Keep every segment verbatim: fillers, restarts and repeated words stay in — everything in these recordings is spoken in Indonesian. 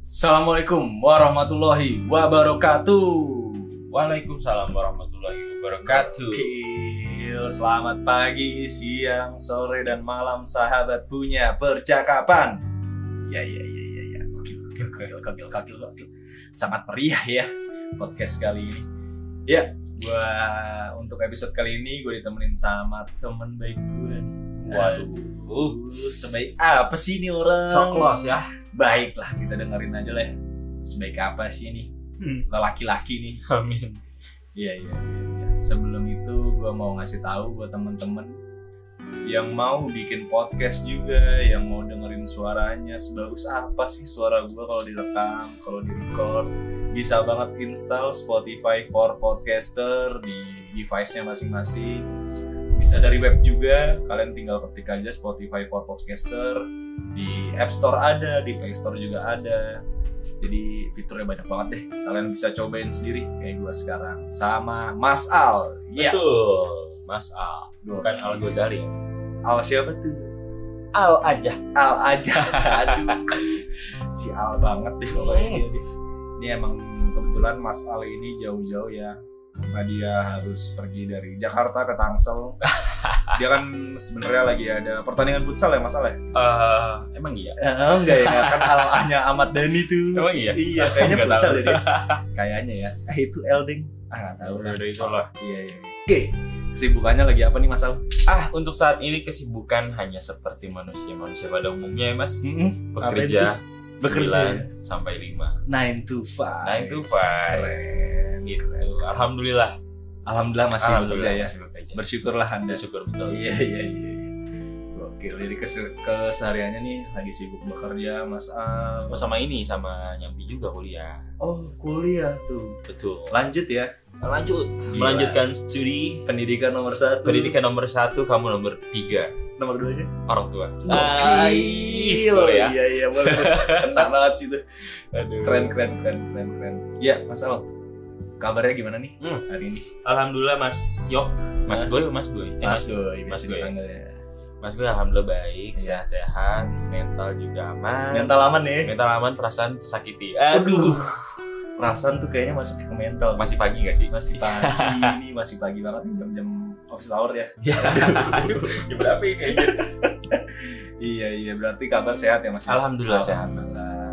Assalamualaikum warahmatullahi wabarakatuh. Waalaikumsalam warahmatullahi wabarakatuh. Gokil. Selamat pagi, siang, sore, dan malam sahabat punya percakapan. Ya ya ya ya ya. Gokil gokil gokil gokil gokil gokil. Sangat meriah ya podcast kali ini. Ya, gua untuk episode kali ini gue ditemenin sama teman baik gue nih. Waduh, Uh, sebaik apa sih ini orang? so close ya. Baiklah, kita dengerin aja lah ya. Sebaik apa sih ini? Hmm. Lelaki-laki nih. Amin. Iya, iya, iya, iya. Sebelum itu gue mau ngasih tahu buat temen-temen yang mau bikin podcast juga, yang mau dengerin suaranya sebagus apa sih suara gue kalau direkam, kalau direcord. Bisa banget install Spotify for Podcaster di device-nya masing-masing. Bisa dari web juga, kalian tinggal ketik aja Spotify for Podcaster. Di App Store ada, di Play Store juga ada. Jadi fiturnya banyak banget deh. Kalian bisa cobain sendiri kayak gue sekarang sama Mas Al. Iya. Betul, Mas Al. Bukan Al Ghazali ya, Mas. Al siapa tuh? Al aja. Al aja. Aduh. Si Al banget deh pokoknya dia deh. Ini emang kebetulan Mas Al ini jauh-jauh ya. Karena dia harus pergi dari Jakarta ke Tangsel. Dia kan sebenarnya lagi ada pertandingan futsal ya Mas Al ya? Uh, emang iya? Eh, enggak ya, kan Al-nya Ahmad Dhani tuh. Emang iya? Iya, kayaknya Nggak futsal tahu. deh dia. Kayaknya ya. Eh itu Elding. Ah enggak tahu lah. Udah itu lah. Iya, iya. Oke. Kesibukannya lagi apa nih Mas Al? Ah, untuk saat ini kesibukan hanya seperti manusia-manusia pada umumnya ya, Mas. Mm-hmm. Bekerja Bekerja. sembilan sampai lima. nine to five. nine to five. Keren. Gitu. Alhamdulillah. Alhamdulillah masih Alhamdulillah bekerja ya. masih bekerja. Bersyukurlah Anda. Bersyukur betul. Iya, iya, iya, iya. Gokil. Jadi kes- kesehariannya nih lagi sibuk bekerja Mas Al. Oh, sama ini sama nyambi juga kuliah. Oh, kuliah tuh. Betul. Lanjut ya. Lanjut. Gila. Melanjutkan studi. Pendidikan nomor satu. Pendidikan nomor satu, kamu nomor tiga. Nomor dua aja. Orang tua. Gokil. Boleh ya? Iya, iya, boleh. Kena banget sih tuh. Aduh. Keren, keren, keren, keren, keren. Iya, Mas Al. Kabarnya gimana nih Hmm. hari ini? Alhamdulillah Mas Yok, Mas Hah? Goy, Mas Goy. Eh, Mas Goy, Mas biasa Goy. dipanggilnya. Mas Goy alhamdulillah baik, Iya. sehat-sehat, mental juga aman. Mental aman nih. Mental aman, perasaan tersakiti. Aduh. Perasaan tuh kayaknya masuk ke mental. Masih pagi gak sih? Masih pagi nih, masih pagi banget nih jam-jam office hour ya. Ya. Aduh, jam berapa ini? Iya, iya, berarti kabar sehat ya Mas? Alhamdulillah sehat, Mas.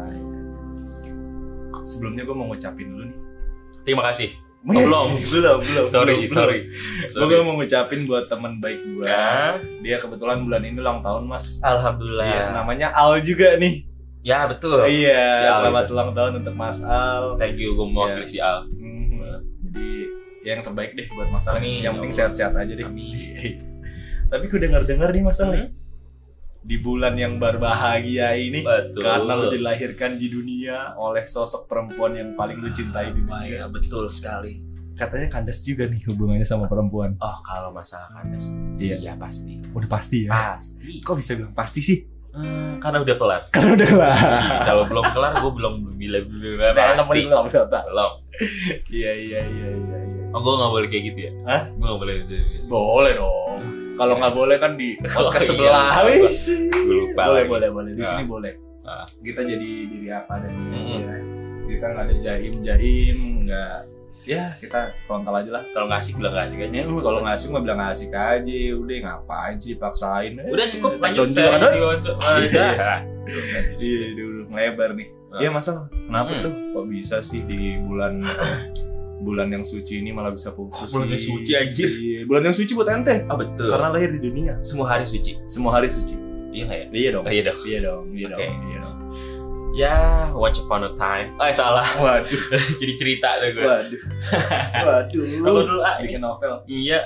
Sebelumnya gue mau ngucapin dulu nih. Terima kasih. Oh, belum. belum, belum. Sorry, belum, sorry. belum. Gue mau ngucapin buat teman baik gue. Ya. Dia kebetulan bulan ini ulang tahun Mas. Alhamdulillah. Iya, namanya Al juga nih. Ya, betul. Iya, Si Al selamat itu. ulang tahun untuk Mas Al. Thank you, gue mau Iya. si Al. Mhm. Jadi ya yang terbaik deh buat Mas Al nih. Amin, Yang ya penting Allah. sehat-sehat aja deh. Amin. Tapi gue dengar-dengar nih Mas Al nih, Hmm? di bulan yang berbahagia ini, Betul. karena lu dilahirkan di dunia oleh sosok perempuan yang paling lu cintai di Wah, dunia. ya, betul sekali. Katanya kandas juga nih hubungannya sama perempuan. Oh, kalau masalah kandas, Iya. iya pasti. Udah pasti ya. Pasti. Kok bisa bilang pasti sih? Hmm, karena udah kelar. Karena udah lah. Kalau belum kelar, gue belum bila bila Nah, pasti. belum, belum, belum. Belum. Iya, iya, iya, iya, iya. Oh, gue nggak boleh kayak gitu ya? Hah? Gue nggak boleh gitu. Boleh dong. Kalau nggak boleh kan di Oh, podcast iya, sebelah. lupa. Wis. Gue lupa Boleh, lagi. boleh, boleh. Di Ah. sini boleh. Ah. Kita jadi diri apa dan Mm-mm. ya. Kita nggak ada jaim-jaim, nggak. Ya kita frontal aja lah. Kalau nggak asik bilang nggak asik aja. Ya, lu kalau ngasih mah bilang asik aja. Udah ngapain sih dipaksain? Udah cukup Eh, lanjut. tonjol kan? Saya masuk. Iya. Iya. Iya, dulu ngelebar nih. Ah. Iya masa kenapa Hmm. tuh? Kok bisa sih di bulan bulan yang suci ini malah bisa putus? Bulan yang sih? suci, anjir. Iya, bulan yang suci buat ente. Ah, betul. Karena lahir di dunia. semua hari suci. Semua hari suci. Iya nggak ya? Iya dong. Oh, iya dong. Iya dong. Iya Oke. dong. Iya dong. Ya, once upon a time. Eh, salah. Waduh. Jadi cerita tuh gue. Waduh. Waduh. Kalau dulu ah, ini. bikin novel. Iya.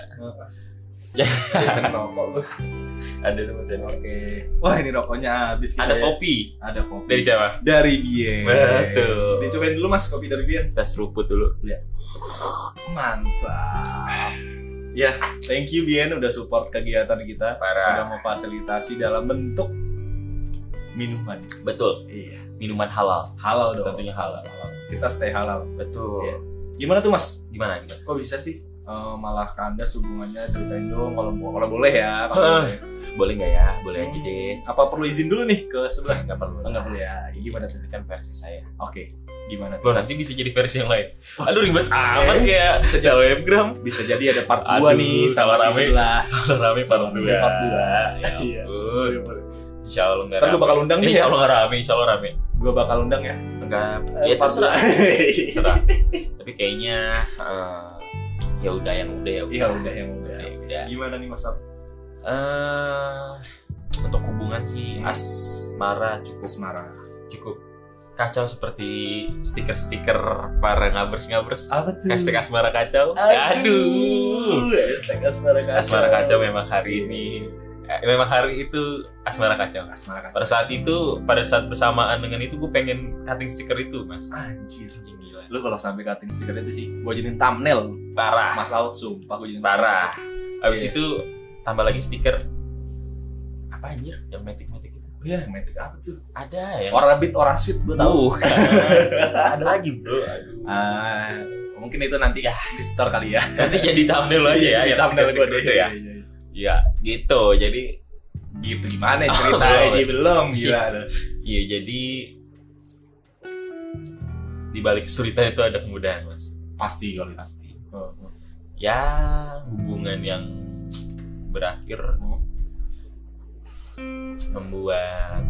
Bikin rokok lu. Ada tuh Mas Eno. Oke. Wah, ini rokoknya habis kita Ada ya. kopi. Ada kopi. Dari siapa? Dari Bien. Betul. Dicobain dulu Mas kopi dari Bien. Kita seruput dulu. Mantap. Ya, thank you Bien udah support kegiatan kita. Parah. Udah mau fasilitasi dalam bentuk minuman. Betul. Iya. Minuman halal. Halal dong. Tentunya halal. Kita stay halal. Betul. Iya. Gimana tuh Mas? Gimana gimana? Kok bisa sih eh, malah kandas hubungannya? Ceritain dong kalau kalau boleh ya. Kalau Hah. boleh. boleh nggak ya? Boleh aja deh. Apa perlu izin dulu nih ke sebelah? Nggak perlu. Enggak perlu ya. Gimana tuh? Ini kan versi saya. Oke. Gimana Lo tuh? nanti bisa jadi versi yang lain. Aduh ribet amat kayak sejauh webgram. Bisa jadi ada part dua nih sama si rame. sebelah. Kalau rame part dua. Part dua. Ya Iya. ampun. Insya Allah nggak Ntar rame. gue bakal undang nih Insya ya. Allah nggak rame. Insya Allah rame. Gue bakal undang ya. Enggak. Eh, Ya part terserah. dua. Terserah. Tapi kayaknya eh, ya udah yang udah ya udah. Iya udah yang udah. Ya udah. Gimana nih Mas Al? Eh, untuk hubungan sih Hmm. asmara cukup Asmara. cukup kacau seperti stiker-stiker para ngabers-ngabers. Apa tuh? Hashtag asmara kacau. Aduh. Hashtag Asmara kacau. Asmara kacau memang hari ini. eh, Memang hari itu asmara kacau. Asmara kacau. Pada saat itu, pada saat bersamaan dengan itu, gue pengen cutting stiker itu, mas. Anjir. Anjing gila. Lu kalau sampai cutting stiker itu sih, gue jadiin thumbnail. Parah. Mas Al, sumpah gue jadiin Parah. Abis Iya. itu tambah lagi stiker. Apa anjir? Yang matic-matic itu. thumbnail. Iya, metik apa tuh? Ada yang Orabit, Orasweet gue tahu. Bukan. Ada lagi bro. Aduh. Ah, mungkin itu nanti ya di store kali ya. Nanti jadi thumbnail aja ya. Di yang thumbnail gue stiker-stiker deh itu ya. Iya, iya. Iya, gitu. Jadi Gitu gimana ya cerita Oh, aja belum gila. lu. iya jadi di balik kesulitan itu ada kemudahan, mas. Pasti kali. Pasti. Oh, oh. Ya hubungan yang berakhir membuat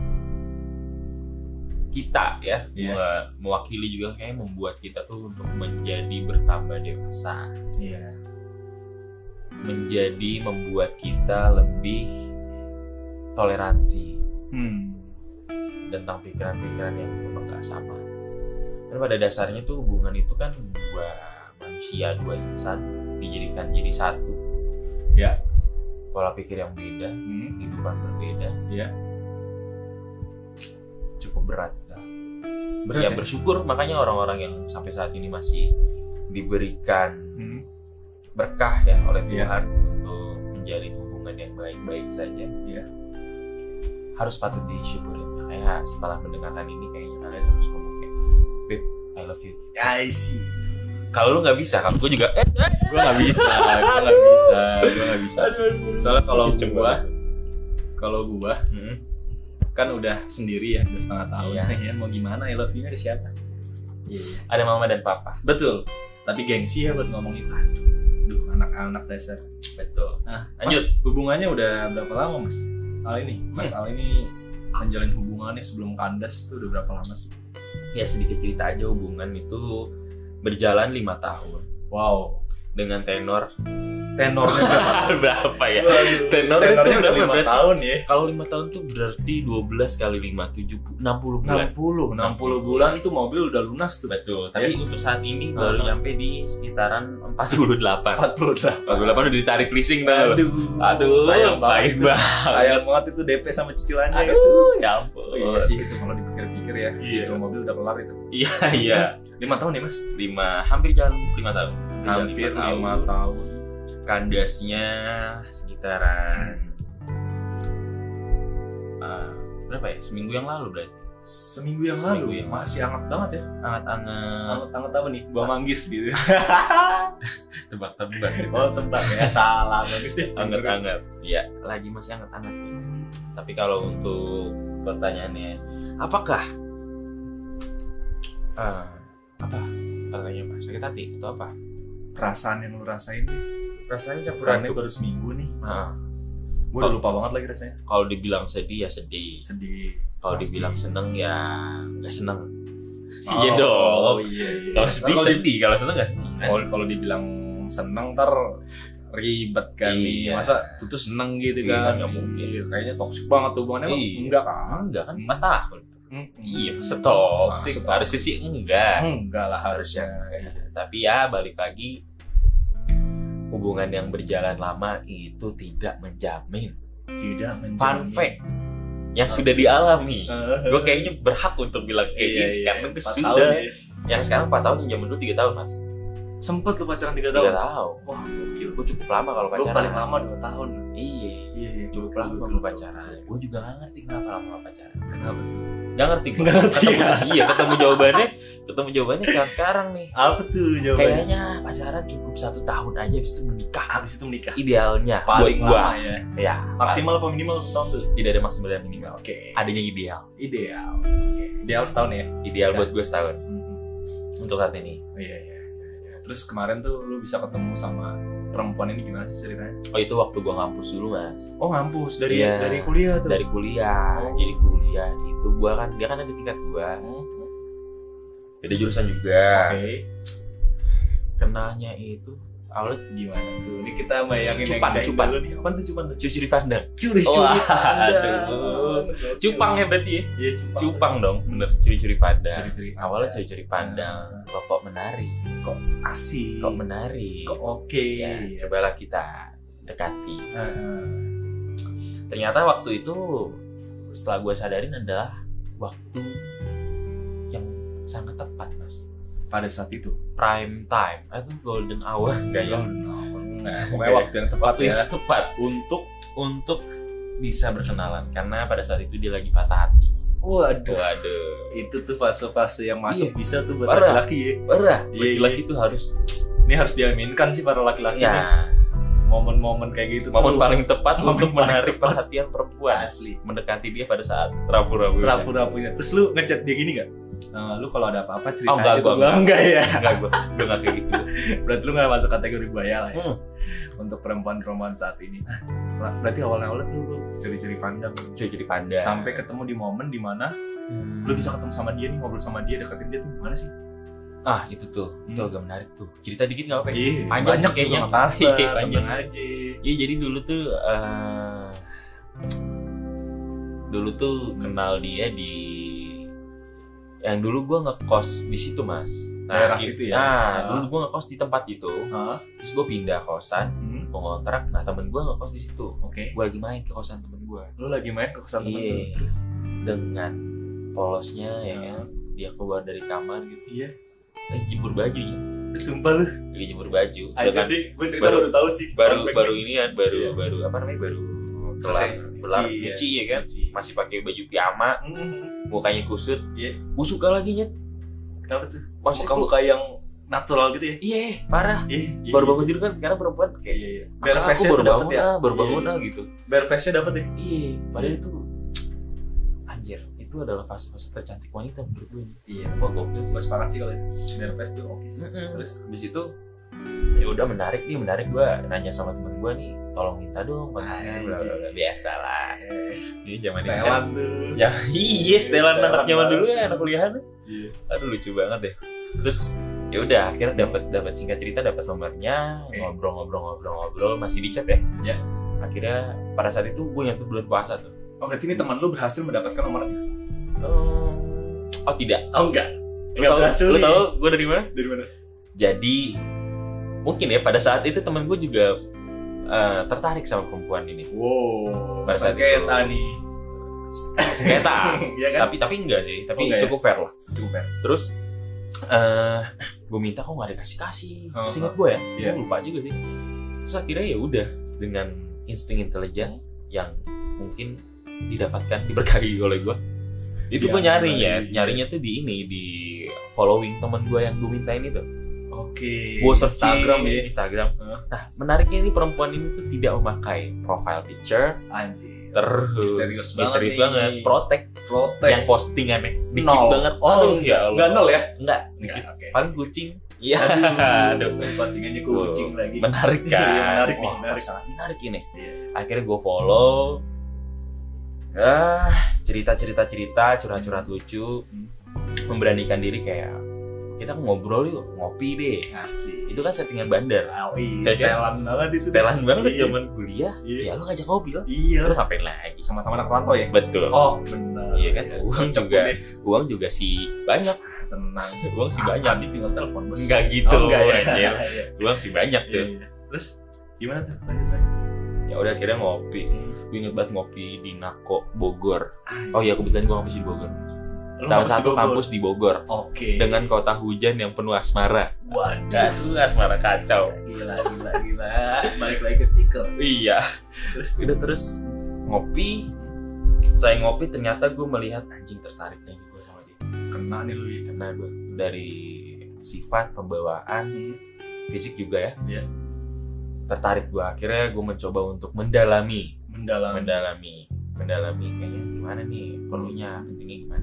kita ya, Iya. me- mewakili juga kayak membuat kita tuh untuk menjadi bertambah dewasa, Iya. menjadi membuat kita lebih toleransi Hmm. tentang pikiran-pikiran yang memang gak sama. Dan pada dasarnya tuh hubungan itu kan dua manusia, dua insan dijadikan jadi satu. Ya. Pola pikir yang beda, Hmm. kehidupan berbeda, Iya. cukup berat. Nah, Berat ya ya? bersyukur makanya orang-orang yang sampai saat ini masih diberikan Hmm. berkah ya oleh Iya. Tuhan untuk menjalin hubungan yang baik-baik saja. Iya. Harus patut disyukurin. Makanya setelah mendengarkan ini kayaknya kalian harus ngomong kayak, "Babe, I love you." I see. Kalau lu nggak bisa, kalau gue juga eh, eh. Gue nggak bisa, gue nggak bisa, gue nggak bisa. Soalnya kalau Coba. gua, kalau gua Hmm. kan udah sendiri ya, dua setengah tahun. Iya. Ya, mau gimana? I love you-nya ke siapa? Iya. Ada mama dan papa. Betul. Tapi gengsi ya buat ngomong itu. Aduh, Duh anak-anak dasar. Betul. Nah, Lanjut. Mas, hubungannya udah berapa lama, Mas? Al ini, Mas Al ini menjalin hubungannya sebelum kandas tuh udah berapa lama sih? Ya sedikit cerita aja, hubungan itu berjalan lima tahun Wow. dengan tenor Tenornya berapa? berapa ya? Waduh, Tenor itu tenornya udah berapa lima berarti? tahun ya. Kalau lima tahun tuh berarti dua belas kali lima, tujuh puluh, enam puluh bulan. enam puluh, enam puluh bulan tuh mobil udah lunas tuh. Betul. Tapi untuk saat ini baru Uh-huh. nyampe di sekitaran empat puluh delapan. empat puluh delapan. empat puluh delapan udah ditarik leasing tau. Aduh, Aduh, sayang pahit banget. banget. Sayang banget itu D P sama cicilannya itu. Aduh, ya ampun. Oh, iya sih itu kalau dipikir-pikir ya, Iya. cicil mobil udah kelar itu. Iya, iya. lima tahun ya, Mas? lima hampir jalan lima tahun. Hampir Jalan lima tahun. Kandasnya sekitaran uh, berapa ya? Seminggu yang lalu berarti. Seminggu yang Seminggu lalu yang masih hangat banget ya. Anget-anget, Hangat-hangat apa nih? Gua manggis gitu. tebak-tebak gitu. Oh, tebak ya. Salah, bagus deh. Anget-anget. Iya, lagi masih anget-anget gitu. Tapi kalau untuk pertanyaannya, apakah ah, apa? Pertanyaannya apa? Sakit hati atau apa? Perasaan yang lu rasain nih. Rasanya Ukurannya baru seminggu nih. Ah, Gue udah lupa banget lagi rasanya. kalau dibilang sedih ya sedih. Sedih. Kalau Pasti. dibilang seneng ya nggak seneng. Oh, Iya dong. Oh iya. iya. Kalau sedih Kalau di- sedih, kalau seneng nggak seneng. kan? Kalau kalau dibilang seneng ntar ribet kan nih. Iya. Masa putus seneng gitu Iya, kan? nggak mungkin. Iya, kayaknya toksik banget hubungannya. Emang Iya. enggak kan? Enggak kan empat tahun. Hmm. Iya, masa toksik. Masa Harusnya sih enggak. Enggak lah harusnya. Iya. Tapi ya balik lagi, hubungan yang berjalan lama itu tidak menjamin. Tidak menjamin. Fun fact yang sudah dialami. Eh, Gue kayaknya berhak untuk bilang kayak iya, gini iya. karena gue Empat sudah. tahun ya. Yang sekarang empat tahun, yang zaman dulu tiga tahun mas. Sempet lu pacaran tiga tiga tahun? tahun. Wah, gokil. Gue cukup lama kalau Gue pacaran. paling lama dua tahun. Iya. Iya, iya. Cukup lama gue pacaran. Gue juga gak ngerti kenapa lama pacaran. Kenapa tuh? Gak ngerti. Gua. Nggak ngerti Ketemu- ya? Iya, ketemu jawabannya, ketemu jawabannya kan sekarang nih. Apa tuh jawabannya? Kayaknya pacaran cukup satu tahun aja, habis itu menikah. Habis itu menikah. Idealnya Paling buat gua. lama ya. Ya, Maksimal apa minimal setahun tuh? tidak ada maksimal dan minimal. Oke. Adanya ideal. Ideal. Oke. Ideal setahun ya. Ideal Ya. buat gue setahun Hmm. untuk saat ini. Oh, iya, iya, iya, iya. Terus kemarin tuh lu bisa ketemu sama perempuan ini gimana sih ceritanya? Oh, itu waktu gue ngampus dulu, Mas. Oh, ngampus dari Iya. dari kuliah tuh. Dari kuliah. Oh. Jadi kuliah itu gua kan dia kan ada tingkat gua. Beda jurusan juga. Oke. Kenalnya itu awalnya Gimana tuh? Ini kita bayangin Cupan, yang cupan. dulu nih. Apaan tuh cupan tuh? curi-curi pandang. Curi-curi. Wah, pandang. aduh. Cupang ya berarti ya? Iya, cupang. Cupang dong, bener. Curi-curi pandang. Curi-curi pandang. Awalnya curi-curi pandang. Kok kok menarik. Kok asik. Kok menarik. Kok oke. Ya, cobalah kita dekati. Heeh. Ternyata waktu itu setelah gue sadarin adalah waktu yang sangat tepat, Mas. Pada saat itu. Prime time, itu golden hour kayaknya. Nah, pokoknya waktu yang tepat Waktu ya. yang tepat Untuk untuk bisa berkenalan karena pada saat itu dia lagi patah hati. waduh, Waduh, itu tuh fase-fase yang masuk Iya. bisa tuh buat Parah. laki-laki ya. parah. Iya, Laki-laki iya. itu harus Ini harus diaminkan sih para laki-laki. nih. ya Momen-momen kayak gitu momen tuh paling tepat Momen untuk paling menarik tepat. perhatian perempuan, asli. mendekati dia pada saat rapu-rapu. Rapu-rapunya. Terus lu ngechat dia gini gak? Eh, lu kalau ada apa-apa cerita Oh, enggak, aja ke gua gua. Enggak ya. Enggak, gua udah enggak kayak gitu. Berarti lu gak masuk kategori buaya lah ya. Hmm. Untuk perempuan-perempuan saat ini. Nah, berarti awal-awalnya tuh lu cari-cari pandang. Curi-curi pandang. Sampai ketemu di momen dimana Hmm. lu bisa ketemu sama dia nih, ngobrol sama dia, deketin dia tuh gimana sih? Ah, itu tuh. Itu Hmm. agak menarik tuh. Cerita dikit enggak apa-apa. Iya, Panjang banyak sih kayaknya. juga nggak apa-apa, Iya, panjang. tenang aja. Iya, jadi dulu tuh eh dulu tuh kenal dia di yang dulu gua ngekos di situ, Mas. Daerah ki- situ ya? Nah, Ah. dulu gua ngekos di tempat itu. Hah? Terus gua pindah kosan, Hmm, gua ngontrak. Nah, temen gua ngekos di situ. Oke. Gua lagi main ke kosan temen gua Lu lagi main ke kosan temen Iya. lu, terus? dengan polosnya ya Ah. kan. Dia keluar dari kamar gitu. Iya. Lagi jemur bajunya. Sumpah lu. Lagi jemur baju. Udah Aja kan deh, gue cerita baru- baru, tahu sih. baru Perfect baru nih. ini kan baru Iya. baru apa namanya baru Selesai kelar kelar nyuci, nyuci ya kan. Nyuci. Masih pakai baju piyama, Hmm, mukanya kusut. Iya. Gue suka lagi nyet. Kenapa tuh? Masih kok Muka-muka yang natural gitu ya? iya parah. Iya. iya, Baru iya. bangun tidur kan karena perempuan kayak Iya, iya. Bare "Ah, aku face-nya baru tuh dapet bangun ya? ah, baru bangun Iya. ah gitu. Bare face-nya dapet ya? Iya, padahal itu anjir, itu adalah fase-fase tercantik wanita menurut gue. Iya. Wah, gokil sih. Gue sepakat sih kalau itu. Bare face tuh oke sih. Mm-mm. Terus? Habis itu ya udah menarik nih, menarik gue nanya sama temen gue nih, tolong minta dong kontaknya. Anjir. Bla, bla, bla. Biasa lah. Ini zaman ini kan. Setelan tuh. Ya, iya, setelan Setelan anak zaman banget. dulu ya, anak kuliahan. Iya. Aduh lucu banget deh. Terus ya udah akhirnya dapat dapat singkat cerita, dapat nomornya, Oke. ngobrol-ngobrol-ngobrol-ngobrol, masih di chat ya. Ya. Akhirnya pada saat itu gue nyatu bulan puasa tuh. Oh, berarti ini teman lu berhasil mendapatkan nomornya? Hmm, oh tidak. Oh, enggak. Lu Enggak tahu, berhasil lu nih. tahu gue dari mana? Dari mana? Jadi mungkin ya pada saat itu temen gue juga eh, tertarik sama perempuan ini. Wow. Pada saat Sengketa itu. nih. Sengketa. Iya kan? tapi tapi enggak sih, tapi Oh, enggak ya? cukup fair lah. Cukup ya. Terus eh gue minta kok nggak dikasih kasih, Oh, ingat gue ya, Iya. gue lupa juga sih. Terus akhirnya ya udah dengan insting intelijen yang mungkin didapatkan diberkahi oleh gue, itu Iya, gue nyari iya, ya, iya. nyarinya tuh di ini di following teman gue yang gue mintain itu. Oke. Gue search Instagram ya. Instagram. Hah? Nah menariknya ini perempuan ini tuh tidak memakai profile picture, Anjir. terus Misterius banget misterius nih. banget, protek Protek. yang postingannya dikit Nol. banget. Oh, Aduh, ya Allah. Enggak nol ya? Enggak, Enggak, dikit. oke. Paling kucing. Iya. Aduh, postingannya kucing lagi. Menarik kan? Iya, menarik nih, Wah, menarik. sangat menarik ini. Iya. Akhirnya gue follow. Ah, cerita-cerita cerita, curhat-curhat lucu, Hmm. memberanikan diri kayak kita ngobrol yuk, ngopi deh. Asik. Itu kan settingan bandar. Awi, Ya kan? setelan banget itu. Setelan banget Iya. zaman kuliah. Iya. Ya lu ngajak ngopi lah. Iya. Terus ngapain lagi? Sama-sama anak rantau ya? Betul. Oh, benar. Iya kan? Uang Cocok juga. deh. Uang juga sih banyak. Tenang. Uang sih banyak. Habis tinggal telepon, Bos. Enggak gitu. Oh, enggak ya. anjir. Iya. Uang sih banyak Iya, tuh. iya. Terus gimana tuh? Lanjut lanjut. Ya udah akhirnya ngopi. Gue inget banget ngopi di Nako Bogor. Oh iya kebetulan gue ngopi di Bogor. salah satu kampus di Bogor. Oke. Dengan kota hujan yang penuh asmara. Waduh, Aduh, asmara kacau. Gila, gila, gila. Balik lagi ke stiker. Iya. Terus Udah terus ngopi. Saya ngopi ternyata gue melihat anjing tertarik deh gue sama dia. kena nih lu ya. Kena gue dari sifat, pembawaan, fisik juga ya. Iya. Tertarik gue. Akhirnya gue mencoba untuk mendalami, Mendalam. mendalami, mendalami kayaknya gimana nih, perlunya, pentingnya gimana.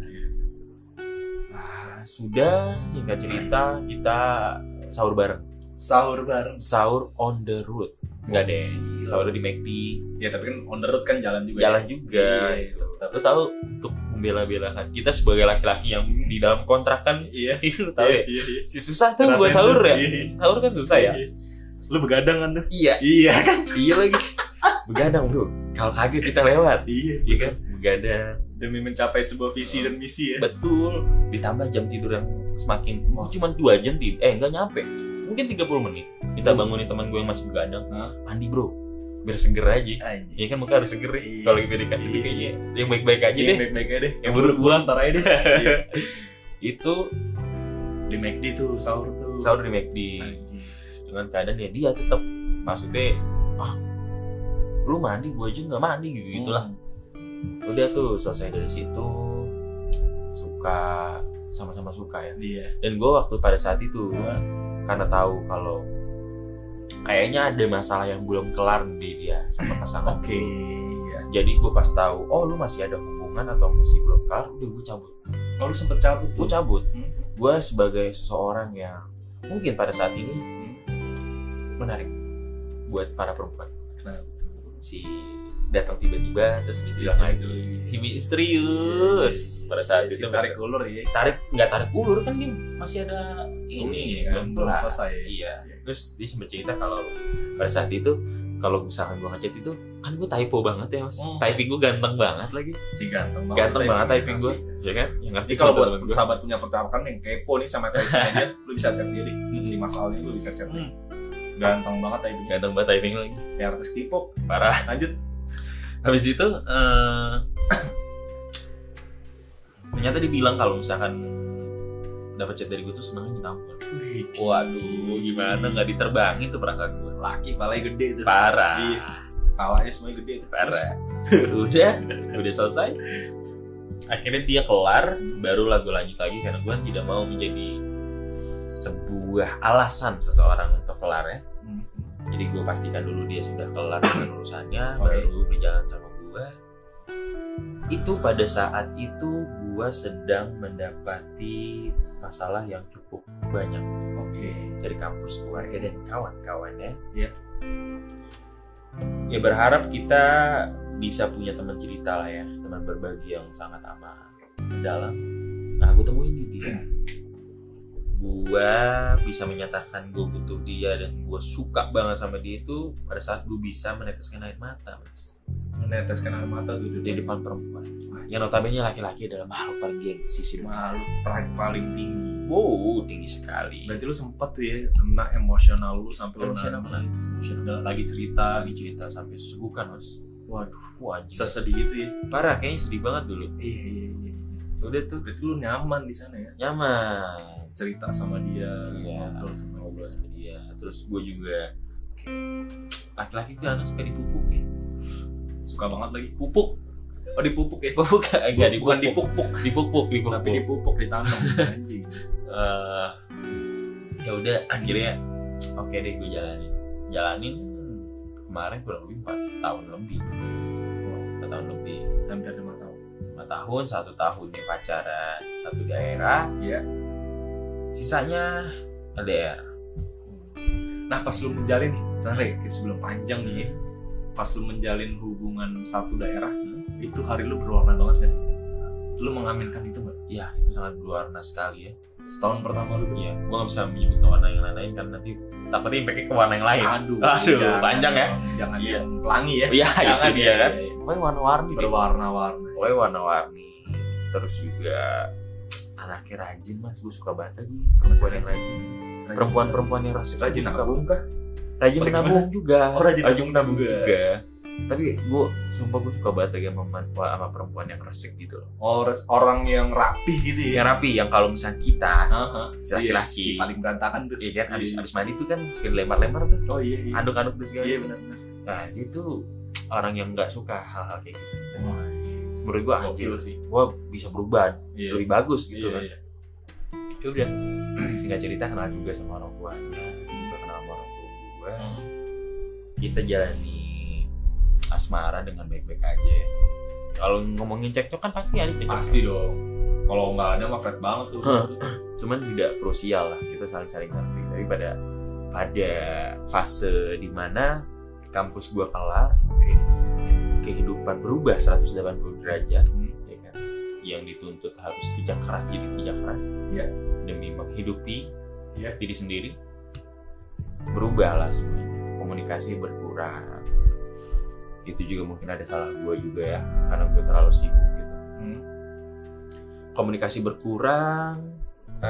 Ah, sudah, singkat cerita kita sahur bareng. Sahur bareng. Sahur on the road. Enggak deh, Gila. sahur di McD. Ya tapi kan on the road kan jalan juga. Jalan ya? juga. Iya, gitu. tetap. Lo tahu untuk membela-belakan kita sebagai laki-laki yang di dalam kontrak kan, Iya. itu tahu Iya, ya? iya, iya. Si susah tuh buat Ngerasain sahur tuh. ya. Iya. Sahur kan susah ya. Iya. Lu begadang kan tuh? Iya, Iya kan? iya lagi. Begadang bro. Kalau kaget kita lewat. Iya. Iya kan? Begadang. Demi mencapai sebuah visi dan misi ya. Betul. Ditambah jam tidur yang semakin oh, cuma dua jam tidur. Eh nggak nyampe. Mungkin tiga puluh menit. Kita bangunin teman gue yang masih begadang. Hah? Mandi bro. Biar seger aja. Anjing. Iya kan muka harus seger. Iya. Kalau lagi P D K T itu kayaknya yang baik-baik aja Iya, deh. baik-baik aja deh. Yang buruk-buruk ntar aja deh. Iya. Itu Di McD tuh sahur tuh. sahur di McD. Anjing. Dengan keadaan ya dia tetap maksudnya ah lu mandi gue aja nggak mandi gitu gitulah. Hmm. Udah tuh selesai dari situ suka sama-sama suka ya. Iya. Dan gue waktu pada saat itu Wah. karena tahu kalau kayaknya ada masalah yang belum kelar di dia sama pasangan. Oke. Iya. Jadi gue pas tahu oh lu masih ada hubungan atau masih belum kelar, udah gue cabut. Oh, lu sempet cabut tuh. Gue cabut. Hmm. Gue sebagai seseorang yang mungkin pada saat ini menarik buat para perempuan. Kenapa? Si datang tiba-tiba terus Si bilang si- gitu si misterius pada saat Si itu tarik masih- ulur ya. tarik nggak tarik ulur kan dia masih ada ini Iya, belum belum kelar. selesai. Iya. Terus dia sempat cerita kalau pada saat itu kalau misalkan gue ngechat itu kan gue typo banget ya mas. Hmm. Typing gue ganteng banget lagi. Si ganteng banget. Ganteng banget typing gue, ya kan? Yang ngerti Jadi kalau buat temen-temen gua. sahabat punya percakapan yang kepo nih sama typingnya dia, lu bisa chat dia deh. Si Mas Al ini lu bisa chat dia. Ganteng banget typingnya. Ganteng banget typing lagi. Kayak artis K-pop. Parah. Lanjut. Habis itu eh, ternyata dia bilang kalau misalkan dapat chat dari gue tuh senengnya minta ampun. Waduh, gimana nggak diterbangin tuh perasaan gue. Laki palanya gede tuh. Parah. Iya. Palanya semuanya gede tuh. Parah. Udah, udah selesai. Akhirnya dia kelar, barulah gue lanjut lagi karena gue tidak mau menjadi sebuah alasan seseorang untuk kelar ya. Hmm. Jadi gue pastikan dulu dia sudah kelar dengan urusannya, Oke. baru berjalan sama gue. Itu pada saat itu gue sedang mendapati masalah yang cukup banyak Oke. dari kampus, keluarga dan kawan-kawannya. Iya. Ya berharap kita bisa punya teman cerita lah ya, teman berbagi yang sangat amat mendalam. Nah, gue temuin di dia. Gue bisa menyatakan gue butuh dia dan gue suka banget sama dia itu pada saat gue bisa meneteskan air mata, mas. Meneteskan air mata tuh Di depan perempuan. Yang notabene laki-laki adalah makhluk paling gengsi sih. malu pride paling tinggi. Wow, tinggi sekali. Berarti lu sempet tuh ya kena emosional lu sampai lu Emosional nangis. Emosional. Lagi cerita, Lagi cerita sampai sesugukan, mas. waduh, Wah, anjing. sesedih gitu ya. Parah, kayaknya sedih banget dulu. Iya, iya, iya. Udah tuh Berarti lu nyaman di sana ya, nyaman. cerita sama dia. Iya, ngobrol sama dia. ngobrol sama dia. Terus gue juga laki-laki tuh anak suka dipupuk ya. Suka banget lagi. Pupuk. Oh dipupuk ya? Pupuk enggak Bukan dipupuk. dipupuk, Dipupuk, dipupuk. tapi dipupuk ditanam anjing. Eh, ya udah akhirnya oke deh gue jalanin. Jalanin kemarin kurang lebih empat tahun lebih. empat tahun lebih. Hampir lima tahun. lima tahun, satu tahunnya pacaran satu daerah. Iya. Sisanya L D R. Nah pas lu menjalin nih, bentar ya, kayak sebelum panjang nih ya, pas lu menjalin hubungan satu daerah, itu hari lu berwarna banget gak sih? Lu mengaminkan itu gak? Ya itu sangat berwarna sekali ya. Setahun pertama lu tuh? Iya, gue nggak bisa menyebutkan warna yang lain-lain karena nanti takutnya impactnya ke warna yang lain. Aduh, Aduh, jangan, panjang ya. Jangan Iya. yang pelangi ya. Iya, Jangan itu dia kan. iya, iya. Pokoknya warna-warni deh. Berwarna-warna. Pokoknya warna-warni. Terus juga anaknya rajin mas, gue suka banget lagi perempuan yang rajin. Perempuan-perempuan yang rajin, Rajin suka nabung banget. kah? Rajin Bagaimana? menabung juga. Oh, rajin nabung menabung juga. juga. Tapi gue sumpah gue suka banget lagi sama, sama perempuan yang resik gitu loh. Oh, orang yang rapi gitu ya. Yang rapi, yang kalau misalnya kita uh-huh. laki-laki si paling berantakan tuh. iya kan, abis, Iya. abis mandi tuh kan suka lempar-lempar tuh. Oh iya, iya. Aduk-aduk terus segala. Iya benar-benar. Nah dia tuh orang yang nggak suka hal-hal kayak gitu. Wah, Menurut gue anjir gokil sih. gue bisa berubah Iya. lebih bagus gitu Iya, kan. iya. Ya udah, singkat cerita kenal juga sama orang tuanya, juga kenal sama orang tua gue. Hmm. Kita jalani asmara dengan baik-baik aja ya. Kalau ngomongin cekcok kan pasti ada cekcok. Pasti dong. Kalau nggak ada mah flat banget tuh. Cuman tidak krusial lah, kita saling-saling ngerti. Tapi pada pada fase dimana kampus gua kelar, Oke. kehidupan berubah seratus delapan puluh derajat, Hmm. ya kan? Yang dituntut harus kerja keras jadi kerja keras, Iya. demi menghidupi Iya. diri sendiri. Berubahlah semuanya, komunikasi berkurang. Itu juga mungkin ada salah gue juga ya, karena gue terlalu sibuk gitu. Hmm. Komunikasi berkurang,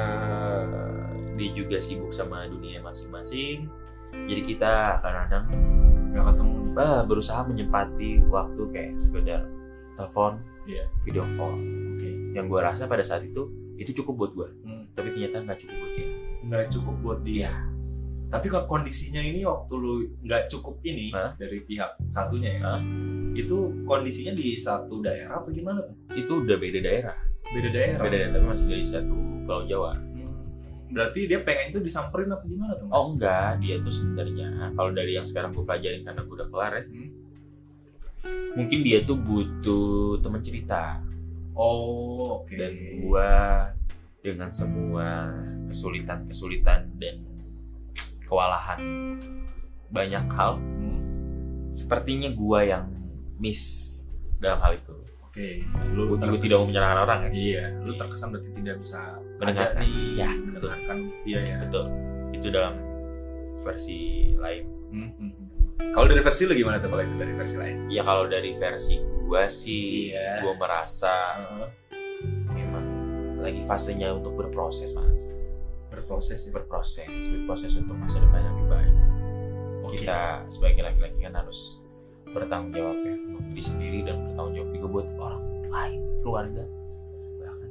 uh, dia juga sibuk sama dunia masing-masing. Jadi kita kadang-kadang Nggak ketemu nih. bah, berusaha menyempati waktu kayak sekedar telepon, Iya. video call. Oke. Yang gue rasa pada saat itu itu cukup buat gue, Hmm. tapi ternyata nggak cukup buat dia. Nggak cukup buat dia. Iya. Tapi kalau kondisinya ini waktu lu nggak cukup ini Hah? dari pihak satunya ya, Hah? itu kondisinya di satu daerah apa gimana tuh? Itu udah beda daerah, Beda daerah. beda daerah tapi masih dari satu Pulau Jawa. Hmm. Berarti dia pengen itu disamperin apa gimana tuh mas? Oh enggak, dia tuh sebenarnya kalau dari yang sekarang gue pelajarin karena gue udah kelar ya, Hmm. mungkin dia tuh butuh teman cerita. Oh oke. Dan gue dengan semua kesulitan-kesulitan dan kewalahan banyak hal, Hmm. sepertinya gue yang miss dalam hal itu. Oke. Gue juga terkes- tidak mau menyalahkan orang ya. Iya. Lu terkesan berarti tidak bisa Mendengarkan. ada nih. Ya, mendengarkan untuk dia ya. Betul. Itu dalam versi lain. Hmm, hmm, hmm. Kalau dari versi lu gimana tuh kalau itu dari versi lain? Ya kalau dari versi gue sih, Iya. gue merasa memang lagi fasenya untuk berproses mas. Berproses ya. Berproses, berproses untuk masa depan yang lebih baik. Oke. Kita sebagai laki-laki kan harus bertanggung jawab ya untuk diri sendiri dan bertanggung jawab juga buat orang lain, keluarga bahkan.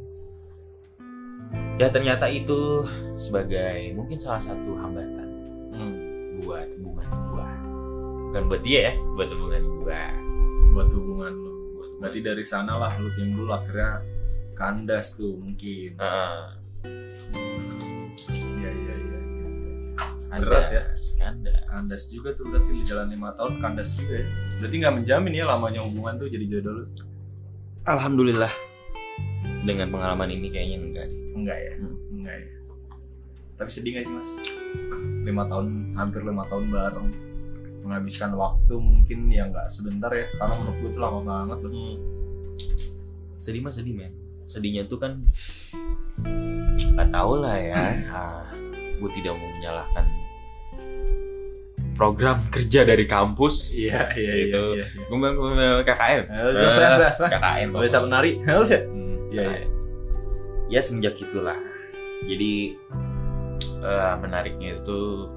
Ya ternyata itu sebagai mungkin salah satu hambatan Hmm. buat hubungan gua, bukan buat dia ya, buat hubungan gua. Buat hubungan lu. Berarti dari sana lah lu timbul akhirnya kandas tuh mungkin. Heeh. Iya iya iya. Ada Berat ya. skandal. Kandas juga tuh berarti di jalan lima tahun kandas juga ya. Berarti nggak menjamin ya lamanya hubungan tuh jadi jodoh lu. Alhamdulillah dengan pengalaman ini kayaknya enggak deh. Enggak ya. Hmm. Enggak ya. Tapi sedih gak sih mas? Lima tahun, hampir lima tahun bareng, menghabiskan waktu mungkin yang nggak sebentar ya. Karena menurut gue itu lama banget loh. Hmm. Sedih mah sedih men. Sedihnya tuh kan nggak tahu lah ya. Ah, gue tidak mau menyalahkan program kerja dari kampus. Iya iya Itu. iya. Gue mau K K M. K K M. Boleh bisa menari? Harus ya? Hmm, Iya, K K M. Ya semenjak itulah. Jadi eh, menariknya itu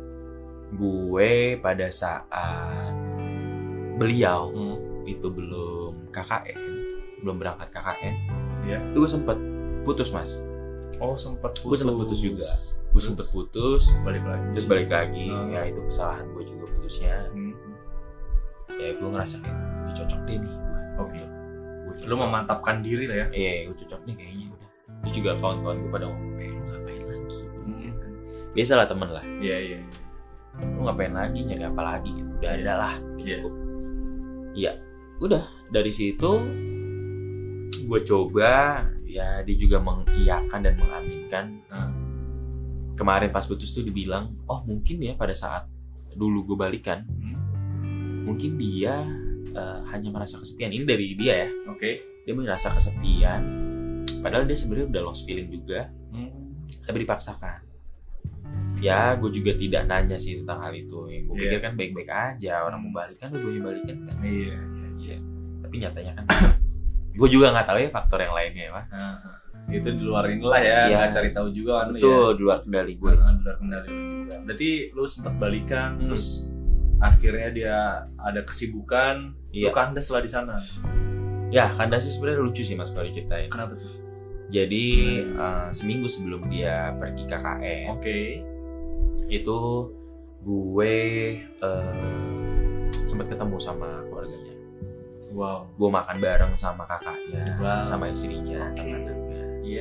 gue pada saat beliau Hmm. itu belum K K N, belum berangkat K K N, Iya. itu gue sempet putus mas. Oh sempat putus. Gue sempet putus juga. Gue Terus? sempet putus, Balik lagi. terus balik lagi. Hmm. Ya itu kesalahan gue juga putusnya. Hmm. Ya gue ngerasa kayak udah cocok deh nih gue. Oke. Gue Lu memantapkan diri lah ya. Iya, gue cocok nih kayaknya udah. Terus juga kawan-kawan gue pada ngomong, eh lu ngapain lagi? Hmm. Biasalah temen lah. Iya iya. Lu ngapain lagi, nyari apa lagi gitu. Udah Iya. ada lah, Iya. cukup. Iya, udah dari situ gue coba, ya dia juga mengiyakan dan mengaminkan. Nah. Kemarin pas putus tuh dibilang, oh mungkin ya pada saat dulu gue balikan, Hmm. mungkin dia uh, hanya merasa kesepian. Ini dari dia ya, Oke. dia merasa kesepian. Padahal dia sebenarnya udah lost feeling juga, Hmm. tapi dipaksakan. Ya, gue juga tidak nanya sih tentang hal itu. Ya, gue Iya. pikir kan baik-baik aja, orang mau balikan, udah balikan kan. Iya. Iya. Tapi nyatanya kan, gue juga nggak tahu ya faktor yang lainnya ya, Pak. Nah, itu di luar inilah ya, Iya. nggak cari tahu juga kan lu Betul, ya. di luar kendali gue. Nah, di luar kendali lu juga. Berarti lu sempat balikan, Hmm. terus akhirnya dia ada kesibukan, Iya. lu kandas lah di sana. Ya kandas sih sebenarnya lucu sih mas kalau diceritain. Kenapa tuh? Jadi uh, seminggu sebelum dia pergi K K N, Oke. Okay. itu gue uh, sempat ketemu sama keluarganya. Wow. Gue makan bareng sama kakaknya, Wow. sama istrinya, Okay. sama anaknya. Iya.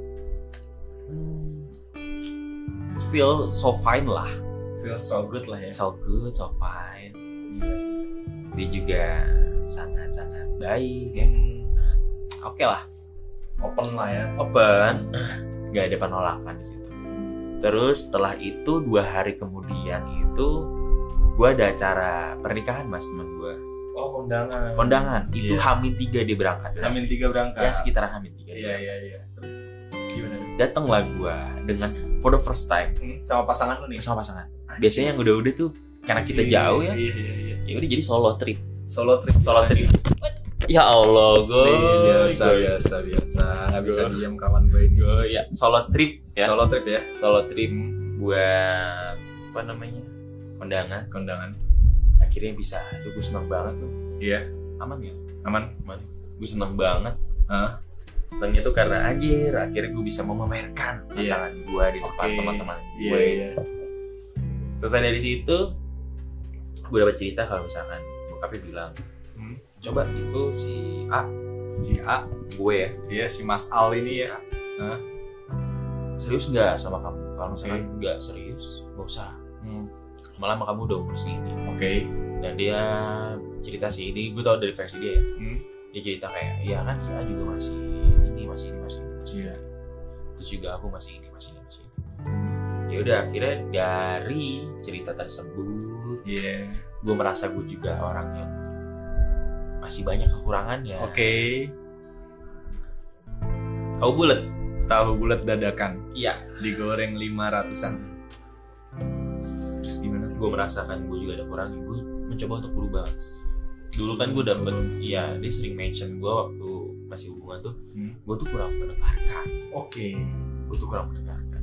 Hmm, feel so fine lah, Feel so good lah ya. so good, so fine. Iya. Dia juga sangat-sangat baik, ya. Hmm. Sangat oke lah, Open lah ya. open, nggak ada penolakan di situ. Terus setelah itu dua hari kemudian itu gue ada acara pernikahan mas teman gue. Oh, kondangan. Kondangan itu Iya. Hamin tiga dia berangkat. Hamin tiga berangkat. Ya sekitaran Hamin tiga. Iya iya iya. Terus gimana? Datanglah gue dengan for the first time Hmm, sama pasangan lu nih. sama pasangan. Biasanya yang udah-udah tuh karena kita jauh ya, Iya iya iya. ya udah jadi solo trip. Solo trip. Solo trip. Ya Allah, gue biasa biasa biasa. Nggak bisa Gue. diam kawan gue ini. Gue ya solo trip ya. Solo trip ya. Solo trip buat apa namanya? Kondangan. Kondangan. Akhirnya bisa. Itu gue seneng banget tuh. Iya. Aman ya? Aman. Aman. Gue seneng banget. Hah? Senengnya tuh karena anjir, akhirnya gue bisa memamerkan pasangan gue di depan Oke. teman-teman Iya gue. iya. Selesai dari situ, gue dapat cerita kalau misalkan bokapnya bilang, Hmm. coba itu si A, Si A. gue ya, Iya si Mas Al ini ya. Hah? serius nggak sama kamu? Kalau misalkan Oke. nggak serius, nggak usah. Hmm. Malah sama kamu udah umur segini. Oke. Dan dia cerita sih ini, gue tau dari versi dia ya. Hmm. Dia cerita kayak, ya kan si A juga masih ini, masih ini, masih ini, masih Iya. ini. Terus juga aku masih ini, masih ini, masih ini. Ya udah akhirnya dari cerita tersebut, Iya. gue merasa gue juga orang yang masih banyak kekurangannya. Oke. Tahu bulat? Tahu bulat dadakan Iya. digoreng lima ratusan. Terus gimana? Gue merasakan gue juga ada kurangnya. Gue mencoba untuk berubah. Dulu kan gue dapet, iya dia sering mention gue waktu masih hubungan tuh, Hmm. gue tuh kurang mendengarkan. Oke. Gue tuh kurang mendengarkan.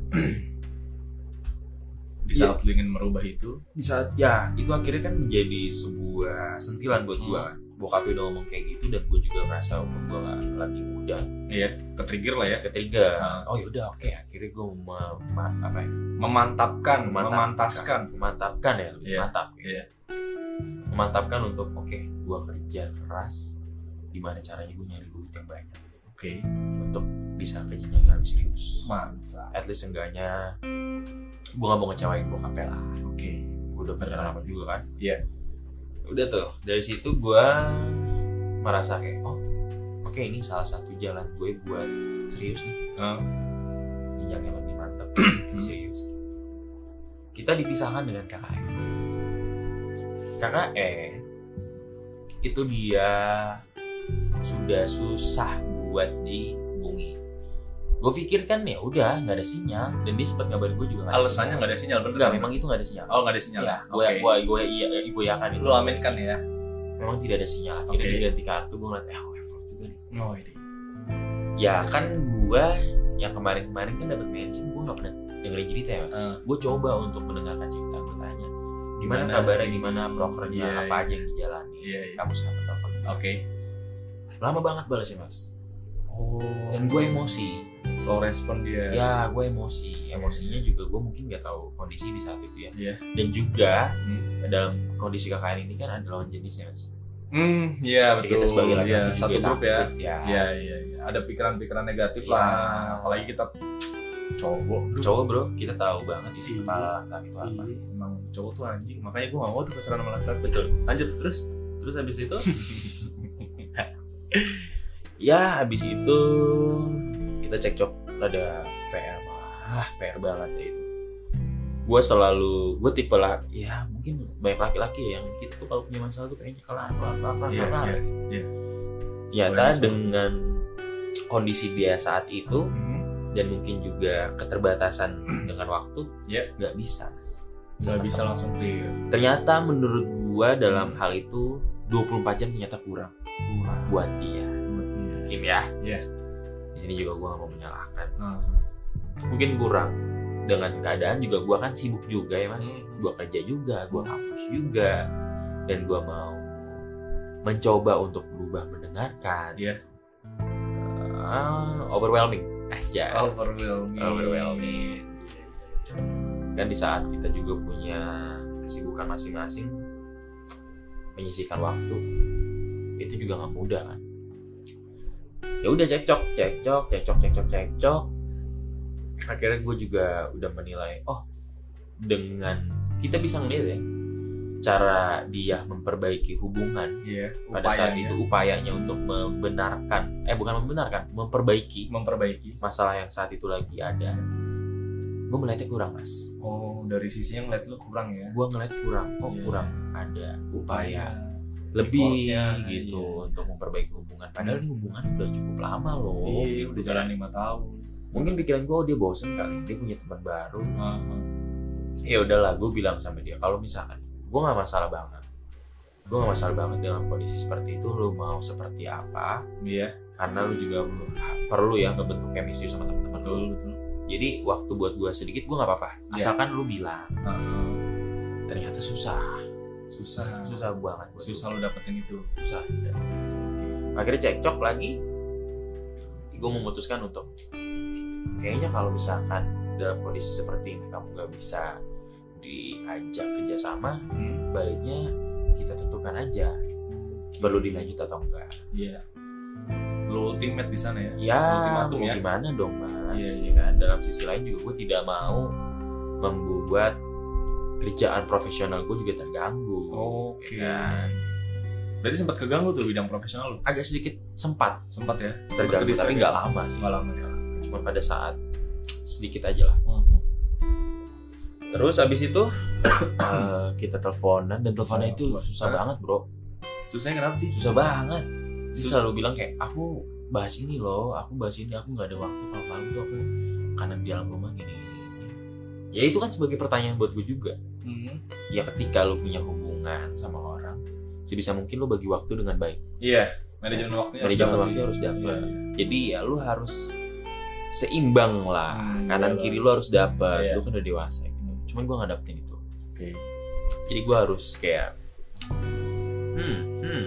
Di saat lu ingin merubah itu, Di saat ya itu akhirnya kan menjadi sebuah sentilan buat gue. Hmm. Bokapnya udah ngomong kayak gitu dan gue juga merasa umur gue lagi muda. iya, ke-trigger lah ya. Ketiga, Hmm. oh yaudah oke akhirnya gue mem- ma- apa ya? Memantapkan, Memantapkan. memantaskan. memantapkan ya, lebih Iya. mantap. Iya. Memantapkan untuk oke, gue kerja keras. Gimana caranya gue nyari duit yang banyak Oke. untuk bisa ke jenjang yang lebih serius. Mantap. At least enggaknya gue gak mau ngecewain bokapnya lah. Oke. Gue udah pacaran lama juga kan. Iya. Udah tuh dari situ gue merasa kayak oh oke ini salah satu jalan gue buat serius nih. Hmm. Jenjang yang lebih mantap, lebih serius. Kita dipisahkan dengan K K N. K K N itu dia sudah susah buat dihubungi. Gue pikir kan ya udah nggak ada sinyal dan dia sempat ngabarin gue juga nggak ada Alasannya sinyal. nggak ada sinyal, bener Enggak, kan? memang itu nggak ada sinyal. Oh, nggak ada sinyal. Iya, gue Oke. gue gue iya gue yakan itu. Lu aminkan ya. Memang tidak ada sinyal. Akhirnya Oke. diganti kartu, gue ngeliat eh oh, effort juga nih. Oh, ini. Ya kan gue yang kemarin-kemarin kan dapat mention gue nggak pernah dengerin cerita ya mas. Hmm. Gue coba untuk mendengarkan cerita, gue tanya gimana Gimana? kabarnya, gimana prokernya, Iya, apa iya. aja yang dijalani. Iya, iya. Kamu siapa telepon? Oke. Lama banget balasnya mas. Oh. Dan gue emosi. slow respon dia. Ya gue emosi. Emosinya juga gue mungkin nggak tahu kondisi di saat itu ya. Iya. Dan juga Hmm. dalam kondisi K K N ini kan ada lawan jenisnya mas. Hmm, iya Jadi betul. kita sebagai laki-laki Iya, juga satu grup ya. takut, ya. Iya, iya, iya. Ada pikiran-pikiran negatif Iya. lah. Apalagi kita cowok. Cowok bro, kita tahu banget isi Iya. kepala laki-laki itu apa. Iya, emang cowok tuh anjing. Makanya gue gak mau tuh pacaran sama laki-laki. Betul. Lanjut terus. Terus habis itu ya habis itu kita cekcok, ada P R wah P R banget ya itu. Gue selalu gue tipe lah ya mungkin banyak laki-laki yang kita tuh kalau punya masalah tuh pengennya kelar kelar kelar kelar Iya, kelar. iya, iya. Ternyata Boleh, dengan kondisi dia saat itu Hmm. dan mungkin juga keterbatasan dengan waktu, Iya. nggak bisa mas. Gak bisa langsung clear. Ternyata menurut gua dalam hal itu dua puluh empat jam ternyata kurang Kurang buat dia. buat dia. Mungkin ya. Iya. Di sini juga gua nggak mau menyalahkan. Nah, Mungkin kurang. dengan keadaan juga gue kan sibuk juga ya mas, Hmm. gue kerja juga, gue kampus juga, dan gue mau mencoba untuk berubah mendengarkan. Iya. Uh, overwhelming aja. Overwhelming. Overwhelming. Kan di saat kita juga punya kesibukan masing-masing, menyisihkan waktu itu juga nggak mudah kan. Ya udah cekcok, cekcok, cekcok, cekcok, cekcok. Akhirnya gue juga udah menilai, oh dengan kita bisa ngeliat ya cara dia memperbaiki hubungan Iya. pada saat itu, upayanya untuk membenarkan, eh bukan membenarkan, memperbaiki memperbaiki. masalah yang saat itu lagi ada. Gue melihatnya kurang mas. Oh, dari sisinya ngeliat lu kurang ya. Gue ngeliat kurang, kok Iya. kurang ada upaya Effortnya, lebih gitu iya. untuk memperbaiki hubungan. Padahal ini hubungan udah cukup lama loh. Iya, gitu udah kan. jalan lima tahun. Mungkin pikiran gue, oh dia bosen kali, dia punya teman baru. Heeh. Ya udahlah, gue bilang sama dia, kalau misalkan gue nggak masalah banget, gue nggak masalah banget dalam kondisi seperti itu. Lu mau seperti apa? Iya, Karena lu juga perlu ya ngebentuk chemistry sama teman-teman lu. betul betul. Jadi waktu buat gue sedikit gue nggak apa-apa, Iya. asalkan lu bilang. Heeh. Ternyata susah, Susah. susah banget. buat Susah gua. lu dapetin itu. Susah. Akhirnya cekcok lagi, gue memutuskan untuk kayaknya kalau misalkan dalam kondisi seperti ini kamu gak bisa diajak kerjasama, Hmm. baiknya kita tentukan aja perlu dilanjut atau enggak. Iya. Lu ultimate di sana ya. Ya Ultimatum mau ya. gimana dong mas. Iya, Ya iya. kan? Dalam sisi lain juga gue tidak mau membuat kerjaan profesional gue juga terganggu. Oke. Ya kan? Berarti sempat keganggu tuh bidang profesional lu. Agak sedikit sempat Sempat ya. terganggu, Sempat tapi ke-distract nggak ya? lama sih. Nggak lama ya. Cuma pada saat sedikit aja lah. Mhm. Terus abis itu eh, kita teleponan, dan teleponnya itu Wah, susah hah? banget bro. Susahnya kenapa sih? Susah banget. Dia Susah. selalu bilang kayak, aku bahas ini loh, aku bahas ini, aku nggak ada waktu kalau malam tuh aku karena di dalam rumah gini gini gini. Ya itu kan sebagai pertanyaan buat gue juga. Mhm. Ya ketika lu punya hubungan sama orang, sebisa mungkin lu bagi waktu dengan baik. Iya. Manajemen waktunya harus Manajemen dapet waktu sih. harus dapet. Iya. Jadi ya lu harus seimbang lah, Hmm, kanan balance. kiri lu harus dapet. Iya. Lu kan udah dewasa gitu. Cuman gue nggak dapetin itu. Oke. Jadi gue harus kayak hmm hmm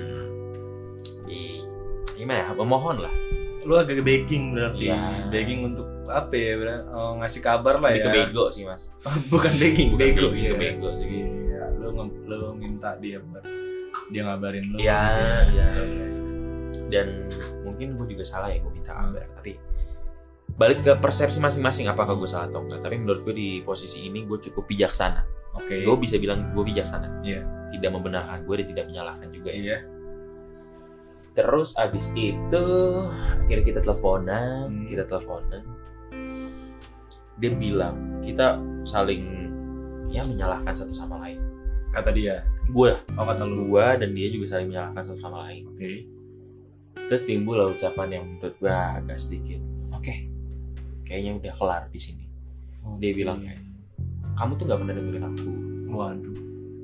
di gimana ya, memohon lah. Lu agak begging berarti. Iya. Begging untuk apa ya? Berarti, oh, ngasih kabar lah Lebih ya. ke bego sih mas. Bukan begging, Bukan bego. begging, Iya. ke bego sih. Iya, lu nge- lu minta dia buat dia ngabarin lu. Iya, gitu. iya. iya. Dan mungkin gue juga salah ya gue minta kabar. Tapi balik ke persepsi masing-masing, apakah gue salah atau enggak. Tapi menurut gue di posisi ini gue cukup bijaksana. Oke. Gue bisa bilang gue bijaksana. Iya. Tidak membenarkan gue dan tidak menyalahkan juga ya. Iya. Terus abis itu akhirnya kita teleponan, Hmm. kita teleponan. Dia bilang kita saling ya menyalahkan satu sama lain. Kata dia. Gue, Oh, kata lu. gue dan dia juga saling menyalahkan satu sama lain. Oke. Terus timbul lah ucapan yang menurut gue agak sedikit, oke, kayaknya udah kelar di sini. Dia Oke. bilang kayak, kamu tuh nggak pernah dengerin aku. Waduh.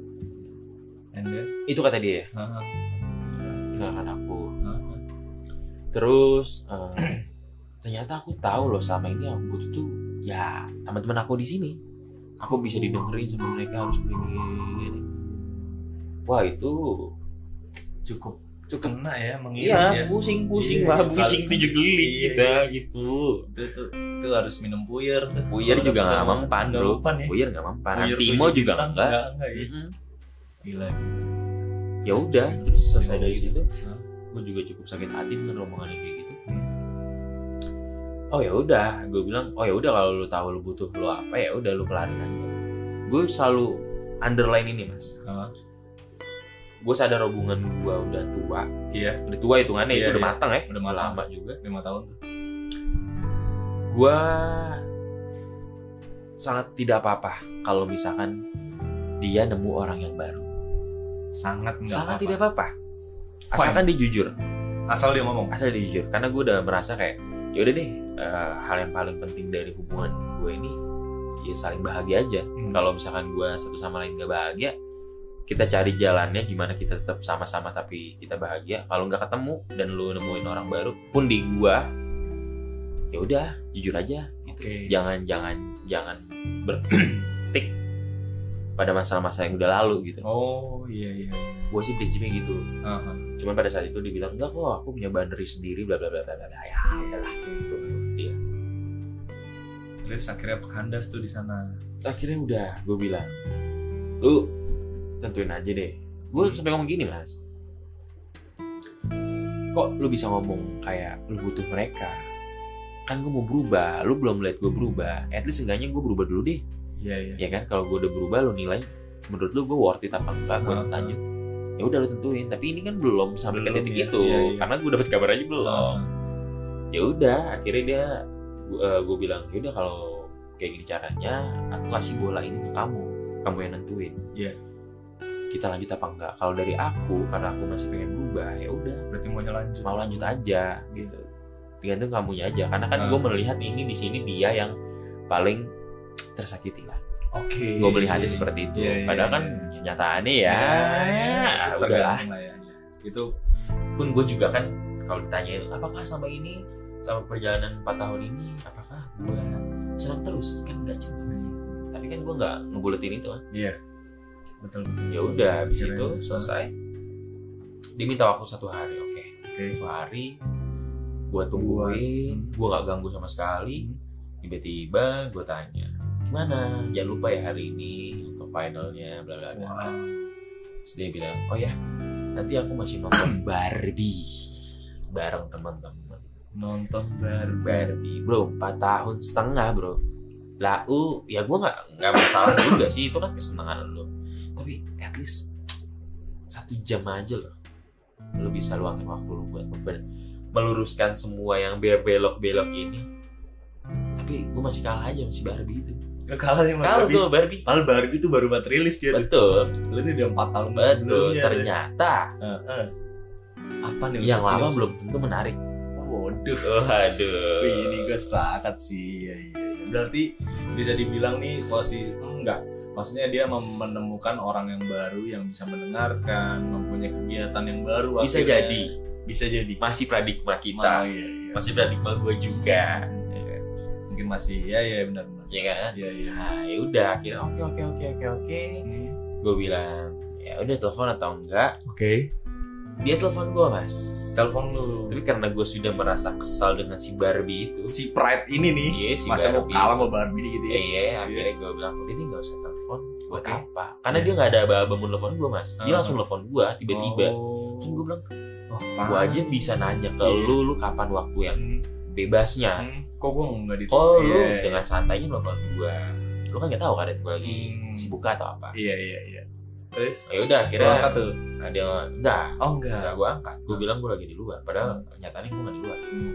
And then? Itu kata dia ya, Heeh. dengarkan aku. Heeh. Terus eh, ternyata aku tahu loh selama ini aku butuh tuh ya teman-teman aku di sini. Aku bisa didengerin sama mereka, harus begini. Wah itu Cukup cukup kena ya, mengiris iya ya. pusing pusing Iya, lah, iya. pusing tujuh geli Iya, kita iya. gitu. Itu tuh itu harus minum puyer tuh. Puyer Kalau juga dapet nggak teman, mempan nggak bro. mempan ya. Puyer nggak mempan. Puyer Antimo tujuh juga bintang, enggak. enggak, enggak ya. Mm-mm. Gila. Ya udah, terus selesai dari Gitu. situ, Hah? gue juga cukup sakit hati dengan omongannya kayak gitu. Hmm. Oh ya udah, gue bilang, oh ya udah kalau lu tahu lu butuh lu apa ya udah lu kelarin aja. Gue selalu underline ini mas. Hah? Gue sadar hubungan gue udah tua, Iya, udah tua hitungannya Iya, itu udah iya. matang ya, Udah matang. lama juga. lima tahun tuh. Gue sangat tidak apa-apa kalau misalkan dia nemu orang yang baru. Sangat enggak Sangat apa-apa. tidak apa-apa. Asalkan dia jujur, Asal dia ngomong. asal dia jujur. Karena gue udah merasa kayak, ya udah deh, eh, hal yang paling penting dari hubungan gue ini ya saling bahagia aja. Hmm. Kalau misalkan gue satu sama lain gak bahagia, kita cari jalannya gimana kita tetap sama-sama tapi kita bahagia. Kalau nggak ketemu dan lu nemuin orang baru pun di gue, ya udah jujur aja gitu. Oke. Jangan jangan jangan berkutik pada masalah-masalah yang udah lalu gitu. Oh iya iya. Gue sih prinsipnya gitu. Uh-huh. Cuman pada saat itu dibilang enggak kok, aku punya boundary sendiri, bla bla bla bla bla. Ya udahlah gitu dia. Terus akhirnya kandas tuh di sana. Akhirnya udah, gue bilang, lu tentuin aja deh. Gue Hmm. sampai ngomong gini mas, kok lu bisa ngomong kayak lu butuh mereka? Kan gue mau berubah, lu belum lihat gue berubah. At least enggaknya gue berubah dulu deh. Iya iya. Ya kan, kalau gue udah berubah, lu nilai menurut lu gue worth it apa enggak, gue Uh-huh. lanjut. Ya udah lu tentuin. Tapi ini kan belum sampai ke Belum, titik ya. itu, Iya, iya. karena gue dapet kabar aja belum. Uh-huh. Ya udah, akhirnya dia, gue, gue bilang, ya udah kalau kayak gini caranya, aku kasih bola ini ke kamu, kamu yang nentuin. Iya. Kita lanjut apa enggak? Kalau dari aku, karena aku masih pengen berubah, ya udah, Berarti mau lanjut. mau lanjut aja gitu. Tergantung kamunya aja, karena kan Ah. gue melihat ini di sini dia yang paling tersakiti lah. Oke. Gue melihatnya seperti itu. Iya, iya, Padahal kan iya. kenyataannya ya, Ya, ya, itu udahlah. tergantung lah ya. Itu Pun gue juga kan kalau ditanyain apakah selama ini, selama perjalanan empat tahun ini, apakah gue senang terus? Kan enggak juga mas. Tapi kan gue nggak ngebuletin itu kan. iya. Betul betul. Ya udah, habis Akhirnya, itu selesai. Dia minta waktu satu hari, oke. Oke. Satu hari, gue tungguin, Buat- gue nggak ganggu sama sekali. Tiba-tiba gue tanya, gimana? Jangan lupa ya hari ini untuk finalnya, bla bla bla. Wow. Terus dia bilang, oh ya, nanti aku masih nonton Barbie bareng teman-teman. Nonton Barbie. Barbie, bro, empat tahun setengah bro. Lah, uh, ya gue nggak nggak masalah juga sih, itu kan kesenangan lo. Tapi at least satu jam aja loh, lo bisa luangin waktu lo buat memben- meluruskan semua yang belok-belok ini. Tapi gue masih kalah aja masih Barbie itu. Gak kalah sih sama Kalau Barbie. tuh Barbie, Padahal Barbie itu baru buat rilis dia tuh. betul, Lu ini udah empat tahun betul. sebelumnya. Ternyata Heeh. Apa nih yang usuk- lama usuk? belum tentu menarik. Waduh. Oh, aduh. Wih, ini gue sepakat sih. Iya, iya. Berarti bisa dibilang nih posisi enggak. Maksudnya dia mem- menemukan orang yang baru yang bisa mendengarkan, mempunyai kegiatan yang baru. Bisa akhirnya. jadi. Bisa jadi. Masih paradigma kita, Ma- iya, iya. masih paradigma gue juga, Mungkin masih ya ya benar-benar. ya kan? Iya iya. Nah, ya udah akhirnya oke oke oke oke oke. Hmm. Gue bilang, ya udah telepon atau enggak? Oke. Dia telepon gue mas. Telepon lu. Tapi karena gue sudah merasa kesal dengan si Barbie itu, Si Pride ini nih. iya si Masa mau Barbie. kalah sama Barbie gitu ya? Iya, akhirnya gue bilang, udah nih gak usah telepon. Buat Oke. apa? Karena Iya. dia gak ada aba-aba mau telepon gue mas. Dia Ah. langsung telepon gue tiba-tiba. Oh. Kan gue bilang, oh Paham. gue aja bisa nanya ke Iya. lu, lu kapan waktu yang Hmm. bebasnya. Hmm. Kok gue nggak di? Oh lu Iya. dengan santainya telepon gue. Lu kan gak tahu kan gue lagi Hmm. sibuk atau apa. Iya iya iya. Terus? Ya udah Kira akhirnya angkat tuh? ada enggak, Oh enggak. enggak gue angkat. Gue bilang gue lagi di luar. Padahal nyatanya gue gak di luar. Hmm.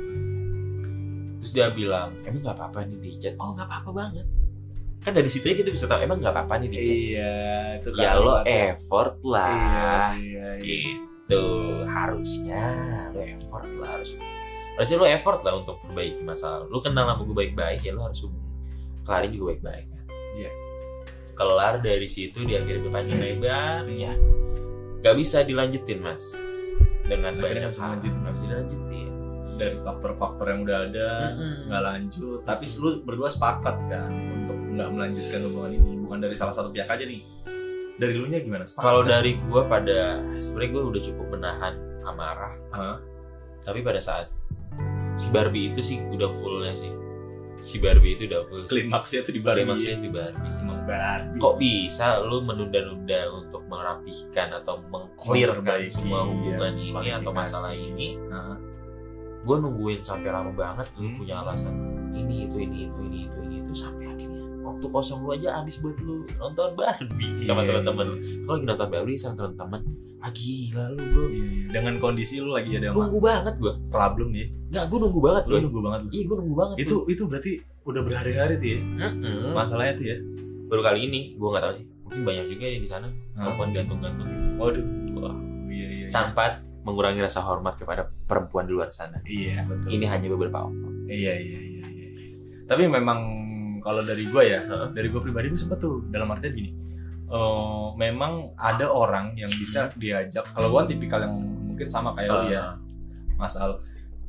Terus dia bilang, emang gak apa-apa nih di chat? Oh gak apa-apa banget. Kan dari situ aja kita bisa tahu emang gak apa-apa nih di chat. Iya, itu Ya kan lo apa- effort Iya, lah. iya, iya. Gitu. Harusnya lo effort lah. Harus, harusnya lo effort lah untuk perbaiki masalah. Lo kenal sama gue baik-baik ya lo harus kelarin juga baik-baik kan. Iya. Kelar dari situ dia akhirnya berpanjang lebar ya. Gak bisa dilanjutin mas. Dengan Akhirnya banyak bisa hal. lanjutin. Gak bisa dilanjutin. Dari faktor-faktor yang udah ada Mm-mm. nggak lanjut, tapi lu berdua sepakat kan untuk nggak melanjutkan hubungan ini, bukan dari salah satu pihak aja nih. Dari lu nya gimana? Sepakat Kalau kan? dari gue pada sebenarnya gue udah cukup menahan amarah. Hah? Tapi pada saat si Barbie itu sih udah fullnya sih. Si Barbie itu udah full. klimaksnya tuh di Barbie. Klimaksnya di Barbie sih. Emang Barbie. Kok bisa lu menunda-nunda untuk merapihkan atau mengclearkan Memperbaiki, semua hubungan iya, ini atau klarifikasi. masalah ini? Hah? Gue nungguin sampai lama banget lu Hmm. punya alasan ini itu ini itu ini itu ini itu sampai akhirnya waktu kosong lu aja habis buat lu nonton Barbie sama Iya, teman-teman. Kalau lagi nonton Barbie sama teman-teman, ah gila lu bro. Iya, iya. Dengan kondisi lu lagi ada Nunggu banget gue. problem ya. Nggak, gue nunggu banget Lu gue. nunggu banget lu. Iya gue nunggu banget. Itu itu berarti udah berhari-hari tuh ya. Mm-mm. Masalahnya tuh ya. Baru kali ini gue nggak tahu sih. Mungkin banyak juga ya di sana Hah? perempuan gantung-gantung. Waduh. Wah. Iya iya. iya. Sampai mengurangi rasa hormat kepada perempuan di luar sana. Iya betul. Ini hanya beberapa oknum. Iya iya iya iya. Tapi memang kalau dari gue ya, Heeh. dari gue pribadi gue sempet tuh dalam artian gini. eh, memang ada orang yang bisa diajak. Kalau gue kan tipikal yang mungkin sama kayak lu ya, Mas Al.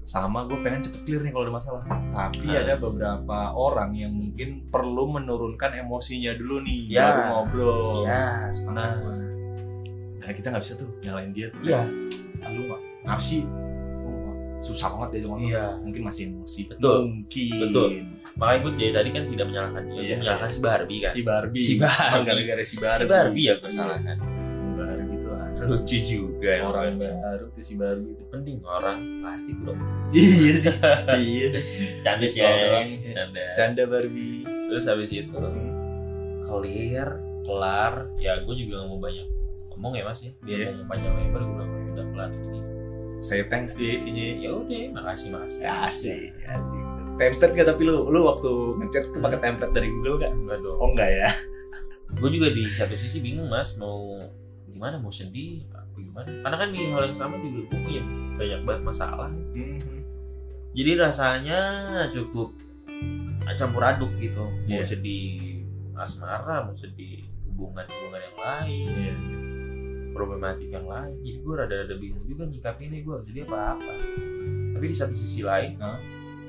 sama gue pengen cepet clear nih kalau ada masalah. Tapi Hmm. ada beberapa orang yang mungkin perlu menurunkan emosinya dulu nih, Ya. baru ngobrol. Ya, sepakat Nah, gua. nah kita nggak bisa tuh nyalain dia tuh. Iya. Ah, lu nggak ngapa sih? Oh, susah banget dia ngomong. Iya. Mungkin masih emosi. Betul. Mungkin. Betul. Makanya gue dari tadi kan tidak menyalahkan dia, Iya, gue menyalahkan iya. si Barbie kan. Si Barbie. Si Barbie. Emang gara-gara si Barbie. Si Barbie ya gue salahkan. Barbie itu lah. Lucu juga ya Orang orangnya. baru tuh si Barbie. Mending orang plastik bro. Iya sih. Iya sih. Canda Visual doang. guys. Canda. Canda Barbie. Terus habis itu clear, kelar. Ya gue juga gak mau banyak ngomong ya mas ya. Dia Iya. ngomong panjang lebar gue bilang udah kelar gini. Say thanks dia isinya. Ya udah, makasih makasih. Ya asik. Asik. Template gak tapi lu lu waktu ngechat tuh pakai template dari Google gak? Enggak dong. Oh enggak ya. Gue juga di satu sisi bingung mas mau gimana, mau sedih apa gimana? Karena kan di hal yang sama juga gue punya banyak banget masalah. Jadi rasanya cukup campur aduk gitu. Mau Iya. sedih asmara, mau sedih hubungan-hubungan yang lain, Iya. problematik yang lain. Jadi gue rada-rada bingung juga nyikapinnya, gue harus jadi apa-apa. Tapi di satu sisi lain, Hah?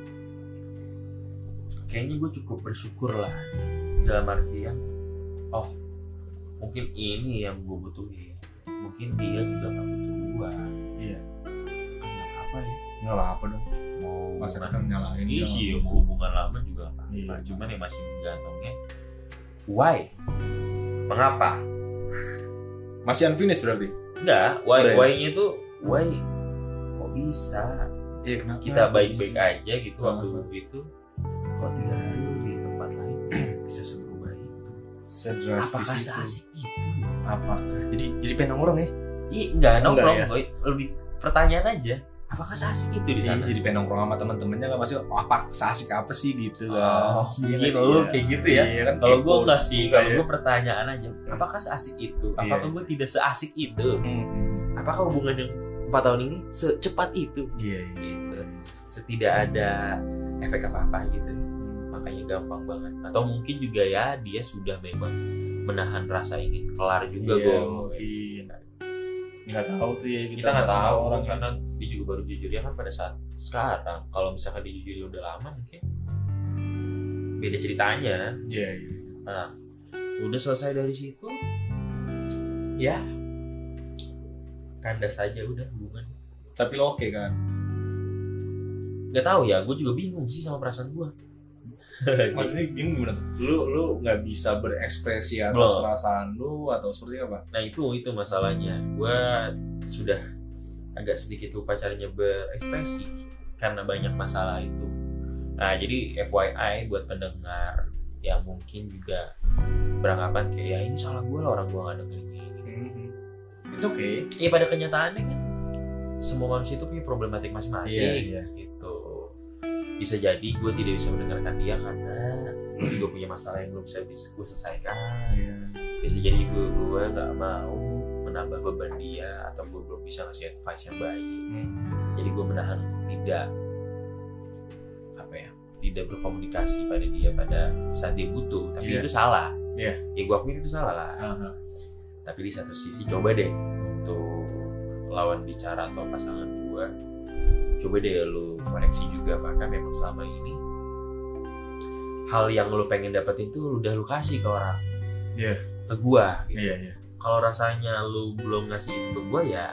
kayaknya gue cukup bersyukur lah dalam artian, oh mungkin ini yang gue butuhin, mungkin dia juga nggak butuh gue. Iya. Kan nggak apa ya, Enggak lah apa dong. mau Masa hubungan- kita nyalain dia. iya mau hubungan lama juga nggak apa-apa. Iya. Cuman yang masih menggantungnya, why? Mengapa? Masih unfinished berarti? Enggak, why Udah ya? why-nya tuh why kok bisa Iya kenapa? kita baik-baik aja gitu waktu Uh-huh. itu, kok tiga hari di tempat lain bisa seberubah itu? Sedrastis Apakah itu. seasik itu? Apakah? Jadi jadi pengen nongkrong ya? Ih, enggak nongkrong, Enggak boy. Lebih pertanyaan aja. Apakah seasik itu di Iya, sana? jadi pengen nongkrong sama teman-temannya nggak masih oh, apa seasik apa sih gitu kan. Oh, Iya mungkin nggak sih? lu Iya. kayak gitu ya. Iya kan. Kalau kepo. gue enggak sih, Enggak kalau ya? gue pertanyaan aja. Apakah seasik itu? Apakah Iya. gue tidak seasik itu? Hmm. Apakah hubungan yang empat tahun ini secepat itu? Iya, iya. Gitu. Setidak ada efek apa-apa gitu. Makanya gampang banget. Atau mungkin juga ya dia sudah memang menahan rasa ingin kelar juga, Iya, gue. mungkin. Nggak tahu tuh ya Kita nggak masih tahu orang orang karena dia juga baru jujur ya kan pada saat sekarang. Kalau misalkan dia jujur udah lama mungkin beda ceritanya. Iya, iya. Nah, udah selesai dari situ, ya kandas saja udah hubungan. Tapi lo oke kan? Gak tahu ya, gue juga bingung sih sama perasaan gue. Maksudnya bingung gimana tuh? Lu lu nggak bisa berekspresi atas Belum. perasaan lu atau seperti apa? Nah itu itu masalahnya. Gue sudah agak sedikit lupa caranya berekspresi karena banyak masalah itu. Nah jadi F Y I buat pendengar yang mungkin juga beranggapan kayak ya ini salah gue lah orang gue nggak dengerin ini. It's okay. Ya pada kenyataannya kan semua manusia itu punya problematik masing-masing. Iya, iya. Gitu. Bisa jadi gue tidak bisa mendengarkan dia karena gue juga punya masalah yang belum bisa gue selesaikan. Iya. Bisa jadi gue gue nggak mau menambah beban dia atau gue belum bisa ngasih advice yang baik. Hmm. Jadi gue menahan untuk tidak apa ya, tidak berkomunikasi pada dia pada saat dia butuh. Tapi Iya. itu salah. Iya. Ya gue akui itu salah lah. Aha. Tapi di satu sisi coba deh untuk lawan bicara atau pasangan gue, coba deh lu koreksi juga apakah memang selama ini hal yang lu pengen dapetin tuh lu udah lu kasih ke orang, Iya. ke gue gitu. Iya, iya. Kalau rasanya lu belum ngasih itu ke gue ya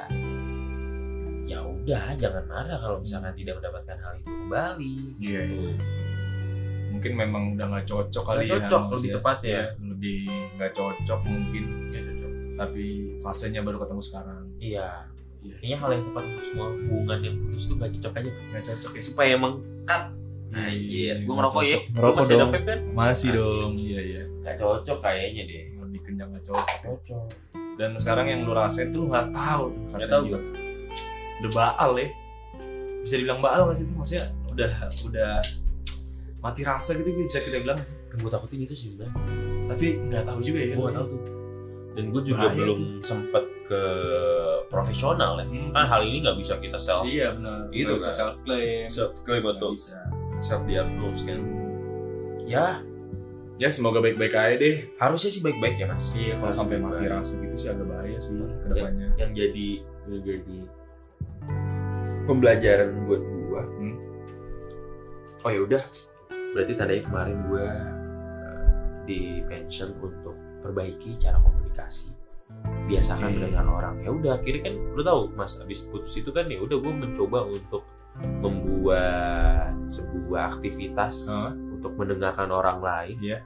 ya udah jangan marah kalau misalkan tidak mendapatkan hal itu kembali. Iya, gitu. iya. Mungkin memang udah nggak cocok kali Nggak ya. cocok, Mas, lebih ya. tepat ya. Iya, lebih nggak cocok mungkin. Nggak cocok. Tapi fasenya baru ketemu sekarang. Iya. Iya. Kayaknya hal yang tepat untuk semua hubungan yang putus tuh gak cocok aja. Nggak cocok ya. Supaya emang cut. Iya, Anjir, gue nggak ngerokok ya. cocok. Lu Ngerokok masih ada dong. vape kan? Masih Masih. dong. Iya, iya. Gak cocok kayaknya deh. Lebih kenyang nggak cocok. Cocok. Dan sekarang yang lu rasain tuh lu nggak tahu tuh. Gak rasanya tau juga. gue. Udah baal ya. Bisa dibilang baal nggak sih itu? Maksudnya udah udah mati rasa gitu bisa kita bilang nggak sih? Yang gue takutin itu sih sebenarnya. Tapi nggak tahu juga ya. Gue gak tahu tuh. Dan gue juga Bahaya belum sempet ke profesional ya. Hmm. Kan hal ini gak bisa kita self Iya benar. Itu Nggak bisa kan. self claim. self claim atau Bisa. self diagnose kan. Ya Ya semoga baik-baik aja deh. harusnya sih baik-baik ya mas. Iya kalau Harus sampai mati baik-baik. rasa gitu sih agak bahaya sih Hmm. ke depannya. Yang jadi yang jadi pembelajaran buat gue gue. Hmm. Oh ya udah, berarti tandanya kemarin gue uh, di mention untuk perbaiki cara komunikasi, biasakan Okay. mendengar orang. Ya udah, akhirnya kan lu tahu mas, abis putus itu kan ya udah gue mencoba untuk membuat sebuah aktivitas Huh? untuk mendengarkan orang lain. Iya.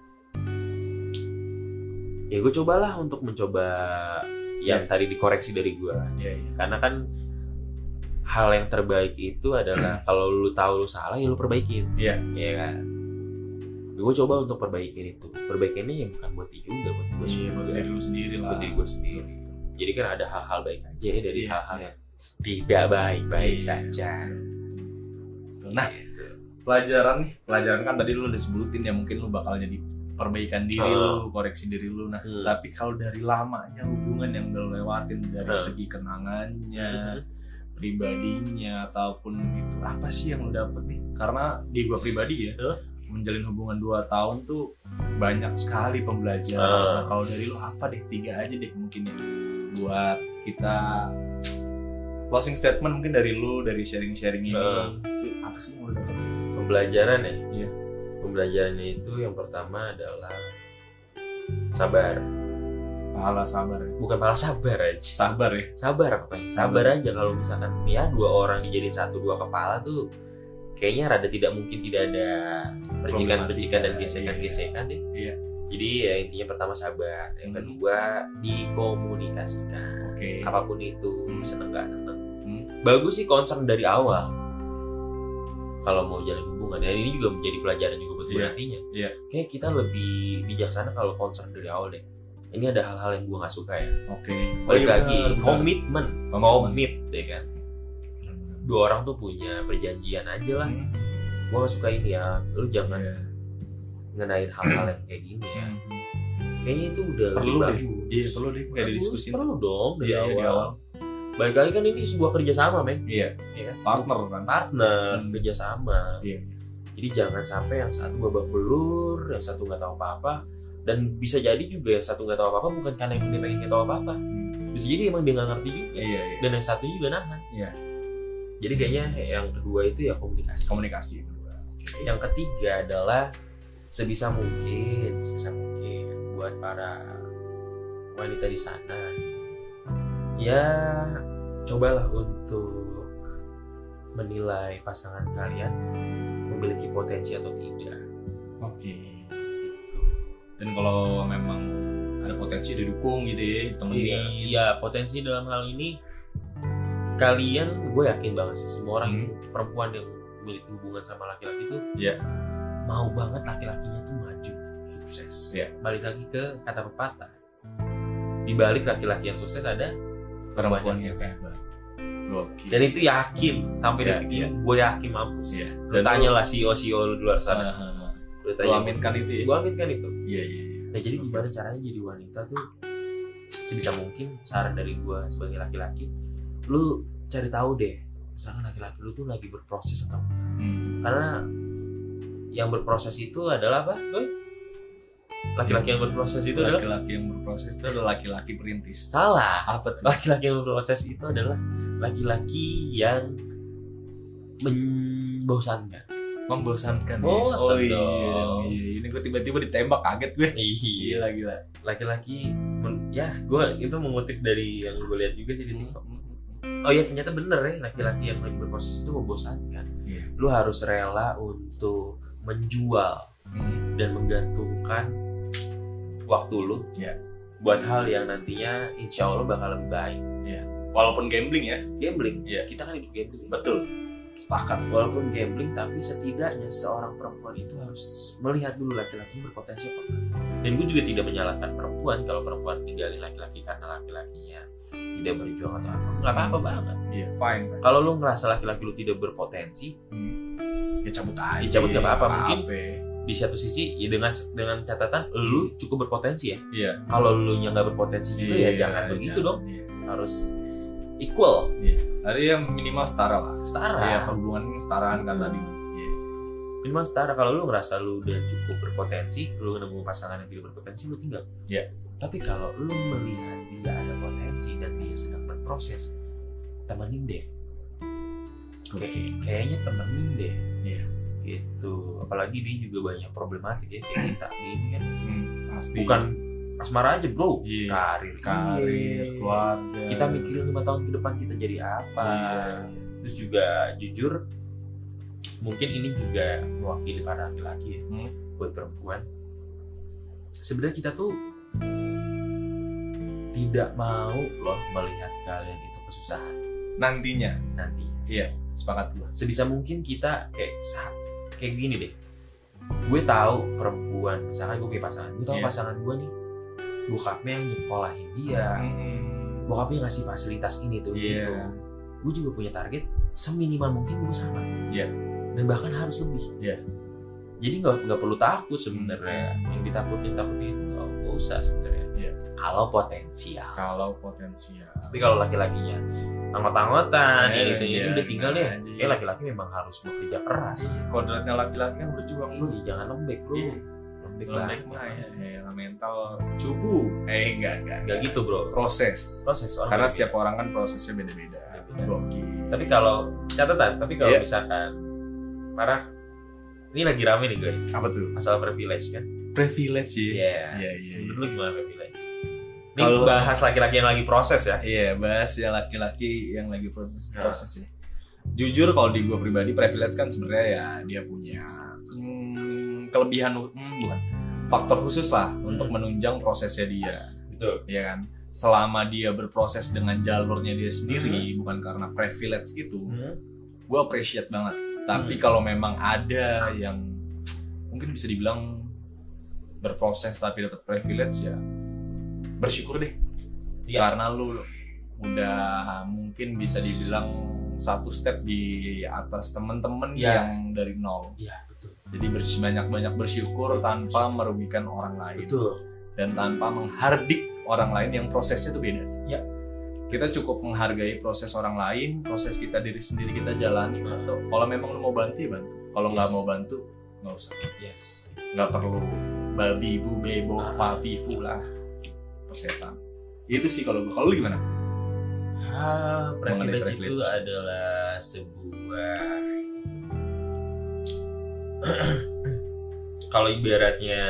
Ya gue cobalah untuk mencoba yang Yeah. tadi dikoreksi dari gue. Iya, iya. Karena kan hal yang terbaik itu adalah kalau lu tahu lu salah ya lu perbaikin. Iya. Iya kan. Gue coba untuk perbaikin itu. Perbaikinnya ya bukan buat dia juga, buat gue Iya, buat juga. diri lu sendiri lah. Buat diri gue sendiri. Jadi kan ada hal-hal baik aja ya dari Iya, hal-hal iya. yang tidak baik-baik Iya. saja. Nah, Gitu. pelajaran nih, pelajaran kan tadi lu udah sebutin ya, mungkin lu bakal jadi perbaikan diri Oh. lu, koreksi diri lu. Nah, Hmm. tapi kalau dari lamanya hubungan yang udah lu lewatin dari Hmm. segi kenangannya, Mhm. pribadinya ataupun itu apa sih yang lu dapet nih? Karena di gua pribadi ya, Huh? menjalin hubungan dua tahun tuh banyak sekali pembelajaran. Hmm. Nah, kalau dari lu apa deh? Tiga aja deh mungkin ya. Buat kita closing statement mungkin dari lu, dari sharing-sharing ini. Hmm. Itu apa sih yang lu dapet? Pembelajaran ya. Iya. Pembelajarannya itu yang pertama adalah sabar. Pahala sabar ya. Bukan malah sabar aja. Sabar ya. Sabar pokoknya. Sabar aja kalau misalkan ya dua orang dijadiin satu dua kepala tuh kayaknya rada tidak mungkin tidak ada percikan-percikan dan gesekan-gesekan deh. Iya. Jadi ya intinya pertama sabar, yang Hmm. kedua dikomunikasikan. Oke. Apapun itu, Hmm. seneng gak seneng. Hmm. Bagus sih concern dari awal. Kalau mau jalin hubungan, dan ini juga menjadi pelajaran juga buat gue Iya. nantinya. Iya. Kayak kita lebih bijaksana kalau concern dari awal deh. Ini ada hal-hal yang gue nggak suka ya. Oke. Balik iya, lagi benar, benar. komitmen, Komitmen. komit deh kan. Benar-benar. Dua orang tuh punya perjanjian aja lah. Hmm. Gue nggak suka ini ya. Lu jangan Iya. ngenain hal-hal yang kayak gini ya. Kayaknya itu udah Perlu lebih deh. bagus. Iya, perlu deh kayak Perlu, didiskusin. Perlu dong dari Iya, iya, di awal. awal. Balik lagi kan ini sebuah kerjasama men. Iya. Iya kan? Partner kan. Partner, Hmm. kerjasama. Iya. Jadi jangan sampai yang satu babak belur, yang satu nggak tahu apa-apa, dan bisa jadi juga yang satu nggak tahu apa-apa bukan karena emang dia pengen nggak tahu apa-apa, Hmm. bisa jadi emang dia nggak ngerti juga, Iya, iya. dan yang satu juga nahan. Iya. Jadi kayaknya yang kedua itu ya komunikasi. Komunikasi itu. Oke. Yang ketiga adalah sebisa mungkin, sebisa mungkin buat para wanita di sana, ya cobalah untuk menilai pasangan kalian memiliki potensi atau tidak. Oke. Dan kalau memang ada potensi didukung gitu ya, temenin. Iya, iya, potensi dalam hal ini kalian, gue yakin banget sih semua orang Hmm. yang perempuan yang memiliki hubungan sama laki-laki itu Iya. mau banget laki-lakinya tuh maju, sukses. Iya. Balik lagi ke kata pepatah. Di balik laki-laki yang sukses ada Perempuan yang yang hebat. Oke. Dan itu yakin sampai Iya, detik iya. ini gue yakin mampus. Iya. Lu Dan tanya lu- lah C E O C E O lu di luar sana. Ah, Lu Lu tanya. aminkan itu ya? Gue aminkan itu. Iya, iya, iya. Nah jadi gimana caranya jadi wanita tuh sebisa mungkin, saran dari gue sebagai laki-laki, lu cari tahu deh misalkan laki-laki lu tuh lagi berproses atau enggak. Hmm. Karena yang berproses itu adalah apa? Boy? Laki-laki yang berproses itu adalah Laki-laki yang berproses itu adalah laki-laki perintis. salah. Apa tuh? Laki-laki yang berproses itu adalah laki-laki yang membosankan. Membosankan. ya? Bosan Oh iya, dong. iya. Ini gue tiba-tiba ditembak, kaget gue. Iya. Gila, gila. Laki-laki men- ya gue itu mengutip dari yang gue lihat juga sih di TikTok. Oh ya ternyata bener ya, laki-laki yang lagi berproses itu membosankan. Iya. Lu harus rela untuk menjual Hmm. dan menggantungkan waktu lu Iya. buat hal yang nantinya insya Allah bakal lebih baik. Walaupun gambling ya. Gambling, Iya. kita kan hidup gambling. Betul. Sepakat. Walaupun gambling, tapi setidaknya seorang perempuan itu harus melihat dulu laki-laki berpotensi apa enggak. Dan gue juga tidak menyalahkan perempuan kalau perempuan ninggalin laki-laki karena laki-lakinya tidak berjuang atau apa, nggak apa-apa banget. Iya, fine. fine. Kalau lu ngerasa laki-laki lu tidak berpotensi, Hmm. Ya cabut aja. Ya cabut, nggak apa-apa. Mungkin apa-apa. di satu sisi ya dengan dengan catatan lu cukup berpotensi ya. Iya. Kalau lu nya nggak berpotensi juga ya Iya, jangan begitu jangan. dong. Iya. Harus equal, Ada yang minimal setara lah. setara. Iya, hubungan kesetaraan kan tadi. Iya. Minimal setara. Kalau lu ngerasa lu udah cukup berpotensi, lu nemu pasangan yang tidak berpotensi, lu tinggal. Iya. Tapi kalau lu melihat dia ada potensi dan dia sedang berproses, temenin deh. Kayak, kayaknya temenin deh. Iya. Gitu. Apalagi dia juga banyak problematik ya kayak kita gini kan. Hmm, pasti. Bukan asmara aja bro, Iya. karir, Karir, iya. keluarga. Kita mikirin lima tahun ke depan kita jadi apa. Iya. Terus juga jujur, mungkin ini juga mewakili para laki-laki ya, Hmm. buat perempuan. Sebenarnya kita tuh tidak mau loh melihat kalian itu kesusahan Nantinya. nantinya. Iya, sepakat gua. Sebisa mungkin kita kayak sa- kayak gini deh. Gue tahu perempuan, misalkan gue punya pasangan, gue tahu Iya. pasangan gue nih, bokapnya yang nyekolahin dia, Hmm. bokapnya ngasih fasilitas ini tuh Iya. gitu. Gue juga punya target seminimal mungkin gue sama. Iya. Dan bahkan harus lebih. Iya. Jadi nggak nggak perlu takut sebenarnya. Yang ditakutin takutin itu nggak nggak usah sebenarnya. Iya. Kalau potensial. Kalau potensial. Tapi kalau laki-lakinya anggot-anggotan, Eh, ini itu iya, ini udah tinggal deh. aja. Eh laki-laki memang harus bekerja keras. Kodratnya laki-laki kan berjuang bro. Ih, jangan lembek bro. Iya. Lembek Lembek banget. mah ya, ya mental cupu. Eh enggak enggak. Nggak gitu bro. Proses. Proses orang Karena beda-beda. setiap orang kan prosesnya beda-beda. Beda-beda. Gokil. Tapi kalau catatan, tapi kalau Iya. misalkan para ini lagi rame nih gue, apa tuh? masalah privilege kan? Privilege ya. Iya. Iya, iya, Menurut lu gimana privilege? Ini Kalau- bahas laki-laki yang lagi proses ya. Iya, bahas ya laki-laki yang lagi proses, Nah. proses ya. Jujur kalau di gue pribadi privilege kan sebenarnya ya dia punya hmm, kelebihan hmm, bukan faktor khusus lah untuk menunjang prosesnya dia, Betul. ya kan? Selama dia berproses dengan jalurnya dia sendiri, bukan karena privilege itu, Hmm. gue appreciate banget. Tapi Hmm. kalau memang ada yang mungkin bisa dibilang berproses tapi dapat privilege ya, bersyukur deh. Iya. Karena lu udah mungkin bisa dibilang satu step di atas temen-temen Iya. yang dari nol. Iya betul. Jadi bers- banyak-banyak bersyukur tanpa merugikan orang lain Betul. dan tanpa menghardik orang lain yang prosesnya itu beda. Iya. Kita cukup menghargai proses orang lain, proses kita diri sendiri kita jalani. Atau kalau memang lu mau bantu ya bantu. Kalau nggak Yes. mau bantu nggak usah. Yes. Nggak perlu babi bu bebo Ah, fafifu lah persetan. Itu sih kalau gue. Kalau lu gimana? Ah, Mengenai privilege, privilege. itu adalah sebuah kalau ibaratnya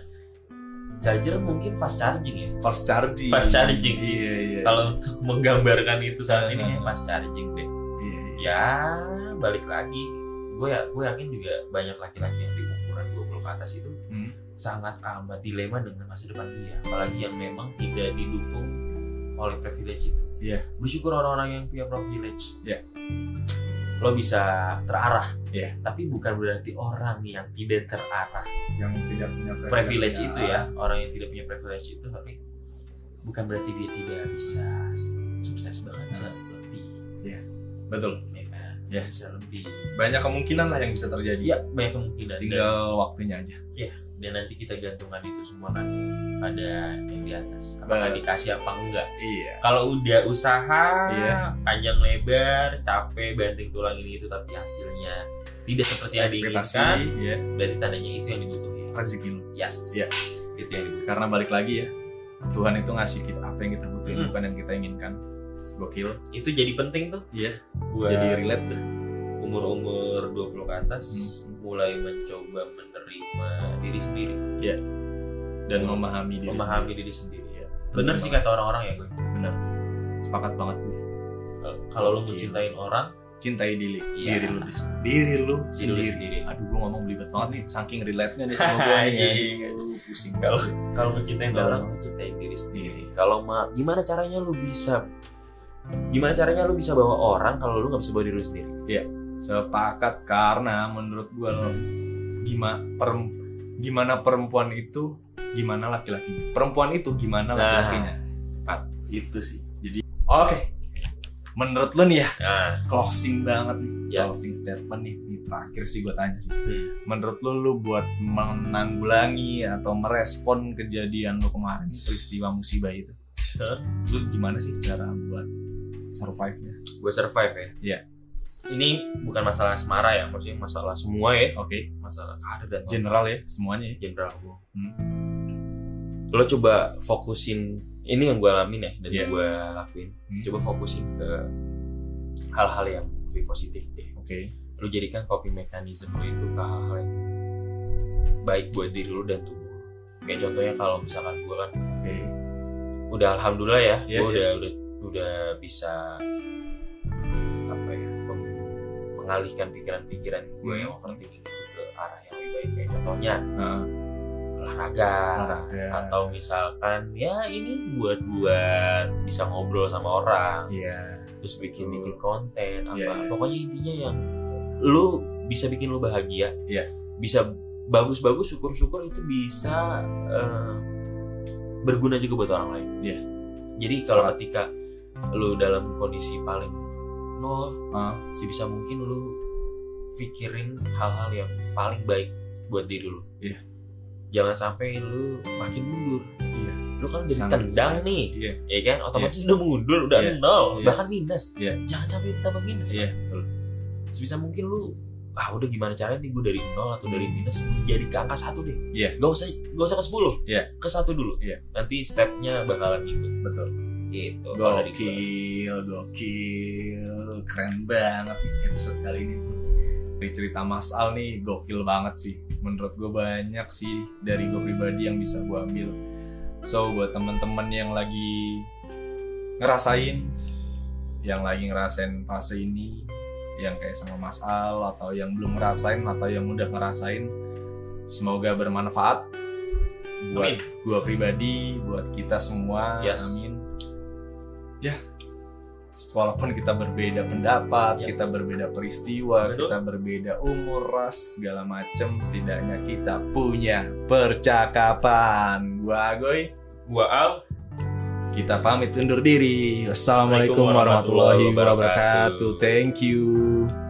charger mungkin fast charging ya. Fast charging. Fast charging sih. Iya iya. Kalau untuk menggambarkan itu saat ini Ah. kayak fast charging deh. Iya, iya. Ya balik lagi, gue ya gue yakin juga banyak laki-laki yang di umuran dua puluh ke atas itu Hmm. sangat amat dilema dengan masa depan dia, apalagi yang memang tidak didukung oleh privilege itu. Iya. Bersyukur orang-orang yang punya privilege. Iya. Lo bisa terarah. Iya. Tapi bukan berarti orang yang tidak terarah Yang tidak punya privilege itu ya, orang yang tidak punya privilege itu, tapi bukan berarti dia tidak bisa sukses, bahkan bisa lebih. Betul. Ya kan? Iya. Bisa lebih. Banyak kemungkinan lah yang bisa terjadi. Iya, banyak kemungkinan. Tinggal waktunya aja. Dan, dan nanti kita gantungan itu semua kan pada yang di atas. Apakah Betul. dikasih apa enggak? Iya. Kalau udah usaha Iya. panjang lebar, capek, banting tulang ini itu, tapi hasilnya tidak seperti yang Ekspektasi. diinginkan, Iya. berarti tandanya itu yang dibutuhin. Rezeki lu. Yes. Iya. Itu yang dibutuhin. Karena balik lagi ya, Tuhan itu ngasih kita apa yang kita butuhin, Hmm. bukan yang kita inginkan. Gokil. Itu jadi penting tuh Iya. buat Jadi relate tuh. umur-umur dua puluh ke atas, Hmm. mulai mencoba menerima diri sendiri, Dan memahami diri. memahami sendiri. diri sendiri. Iya. Bener sih kata orang-orang ya gue. Bener. Sepakat banget gue. Kalau- Kalau lu Oke. mencintain orang, Cintai diri, Iya. diri lu, dis- diri lu diri lu sendiri. sendiri. Aduh, gue ngomong belibet banget nih, saking relate-nya nih sama gue nih. Iya. Aduh, pusing Kalau banget. kalau mencintai Dalam. orang, tuh cintain diri sendiri. Iya. Kalau ma, gimana caranya lu bisa, gimana caranya lu bisa bawa orang kalau lu nggak bisa bawa diri lu sendiri? Sepakat, karena menurut gue gimana gimana perempuan itu, gimana laki-lakinya. Perempuan itu gimana Nah. laki-lakinya. Pat, itu sih. Jadi oke. Menurut lu nih ya, Nah, closing banget nih. Ya. Closing statement nih. Ini terakhir sih gue tanya sih. hmm. Menurut lu, lu buat menanggulangi atau merespon kejadian lu kemarin, peristiwa musibah itu, Hah? lu gimana sih cara buat survive-nya? gue survive ya. Iya. Ini bukan masalah asmara ya, maksudnya masalah semua ya, Oke, masalah karir dan general ya, semuanya ya. general gue. Hmm. Lo coba fokusin, ini yang gue alamin ya dan Iya. gue lakuin. Hmm. Coba fokusin ke hal-hal yang lebih positif deh. Oke. Okay. Lu jadikan coping mechanism lu itu ke hal-hal yang baik buat diri lu dan tubuh. Kayak contohnya kalau misalkan gue kan, okay. udah alhamdulillah ya, yeah, gue yeah. udah udah udah bisa apa ya, mengalihkan pikiran-pikiran gue hmm. yang overthinking itu ke arah yang lebih baik. Kayak contohnya uh. olahraga, olahraga, atau misalkan ya ini buat buat bisa ngobrol sama orang, yeah. terus bikin bikin konten apa, yeah, yeah. pokoknya intinya yang lu bisa bikin lu bahagia, yeah. bisa bagus-bagus, syukur-syukur itu bisa uh, berguna juga buat orang lain. Yeah. Jadi kalau ketika lu dalam kondisi paling nol, uh. sebisa mungkin lu pikirin hal-hal yang paling baik buat diri lu. Yeah. Jangan sampai lu makin mundur. Yeah. Lu kan udah ditendang nih, yeah. ya kan? Otomatis yeah. udah mundur, udah yeah. nol, yeah. bahkan minus. Yeah. Jangan sampai tambah minus. Iya, yeah, betul. Sebisa mungkin lu, ah udah gimana caranya nih gue dari nol atau dari minus gue jadi ke angka satu deh. Iya. Yeah. Gak usah, gak usah ke sepuluh. Iya. Yeah. Ke satu dulu. Iya. Yeah. Nanti stepnya bakalan ikut. Betul. Gitu. Gokil, gokil, keren banget nih episode kali ini. Dari cerita Mas Al nih gokil banget sih. Menurut gue banyak sih dari gue pribadi yang bisa gue ambil. So buat teman-teman yang lagi ngerasain, yang lagi ngerasain fase ini, yang kayak sama Mas Al atau yang belum ngerasain atau yang udah ngerasain, semoga bermanfaat buat gue pribadi, buat kita semua. Yes. Amin. Ya, walaupun kita berbeda pendapat, ya. kita berbeda peristiwa, Betul. kita berbeda umur, ras, segala macem, setidaknya kita punya percakapan. Gua Agoy, gua Al. Kita pamit undur diri. Wassalamualaikum warahmatullahi wabarakatuh. Thank you.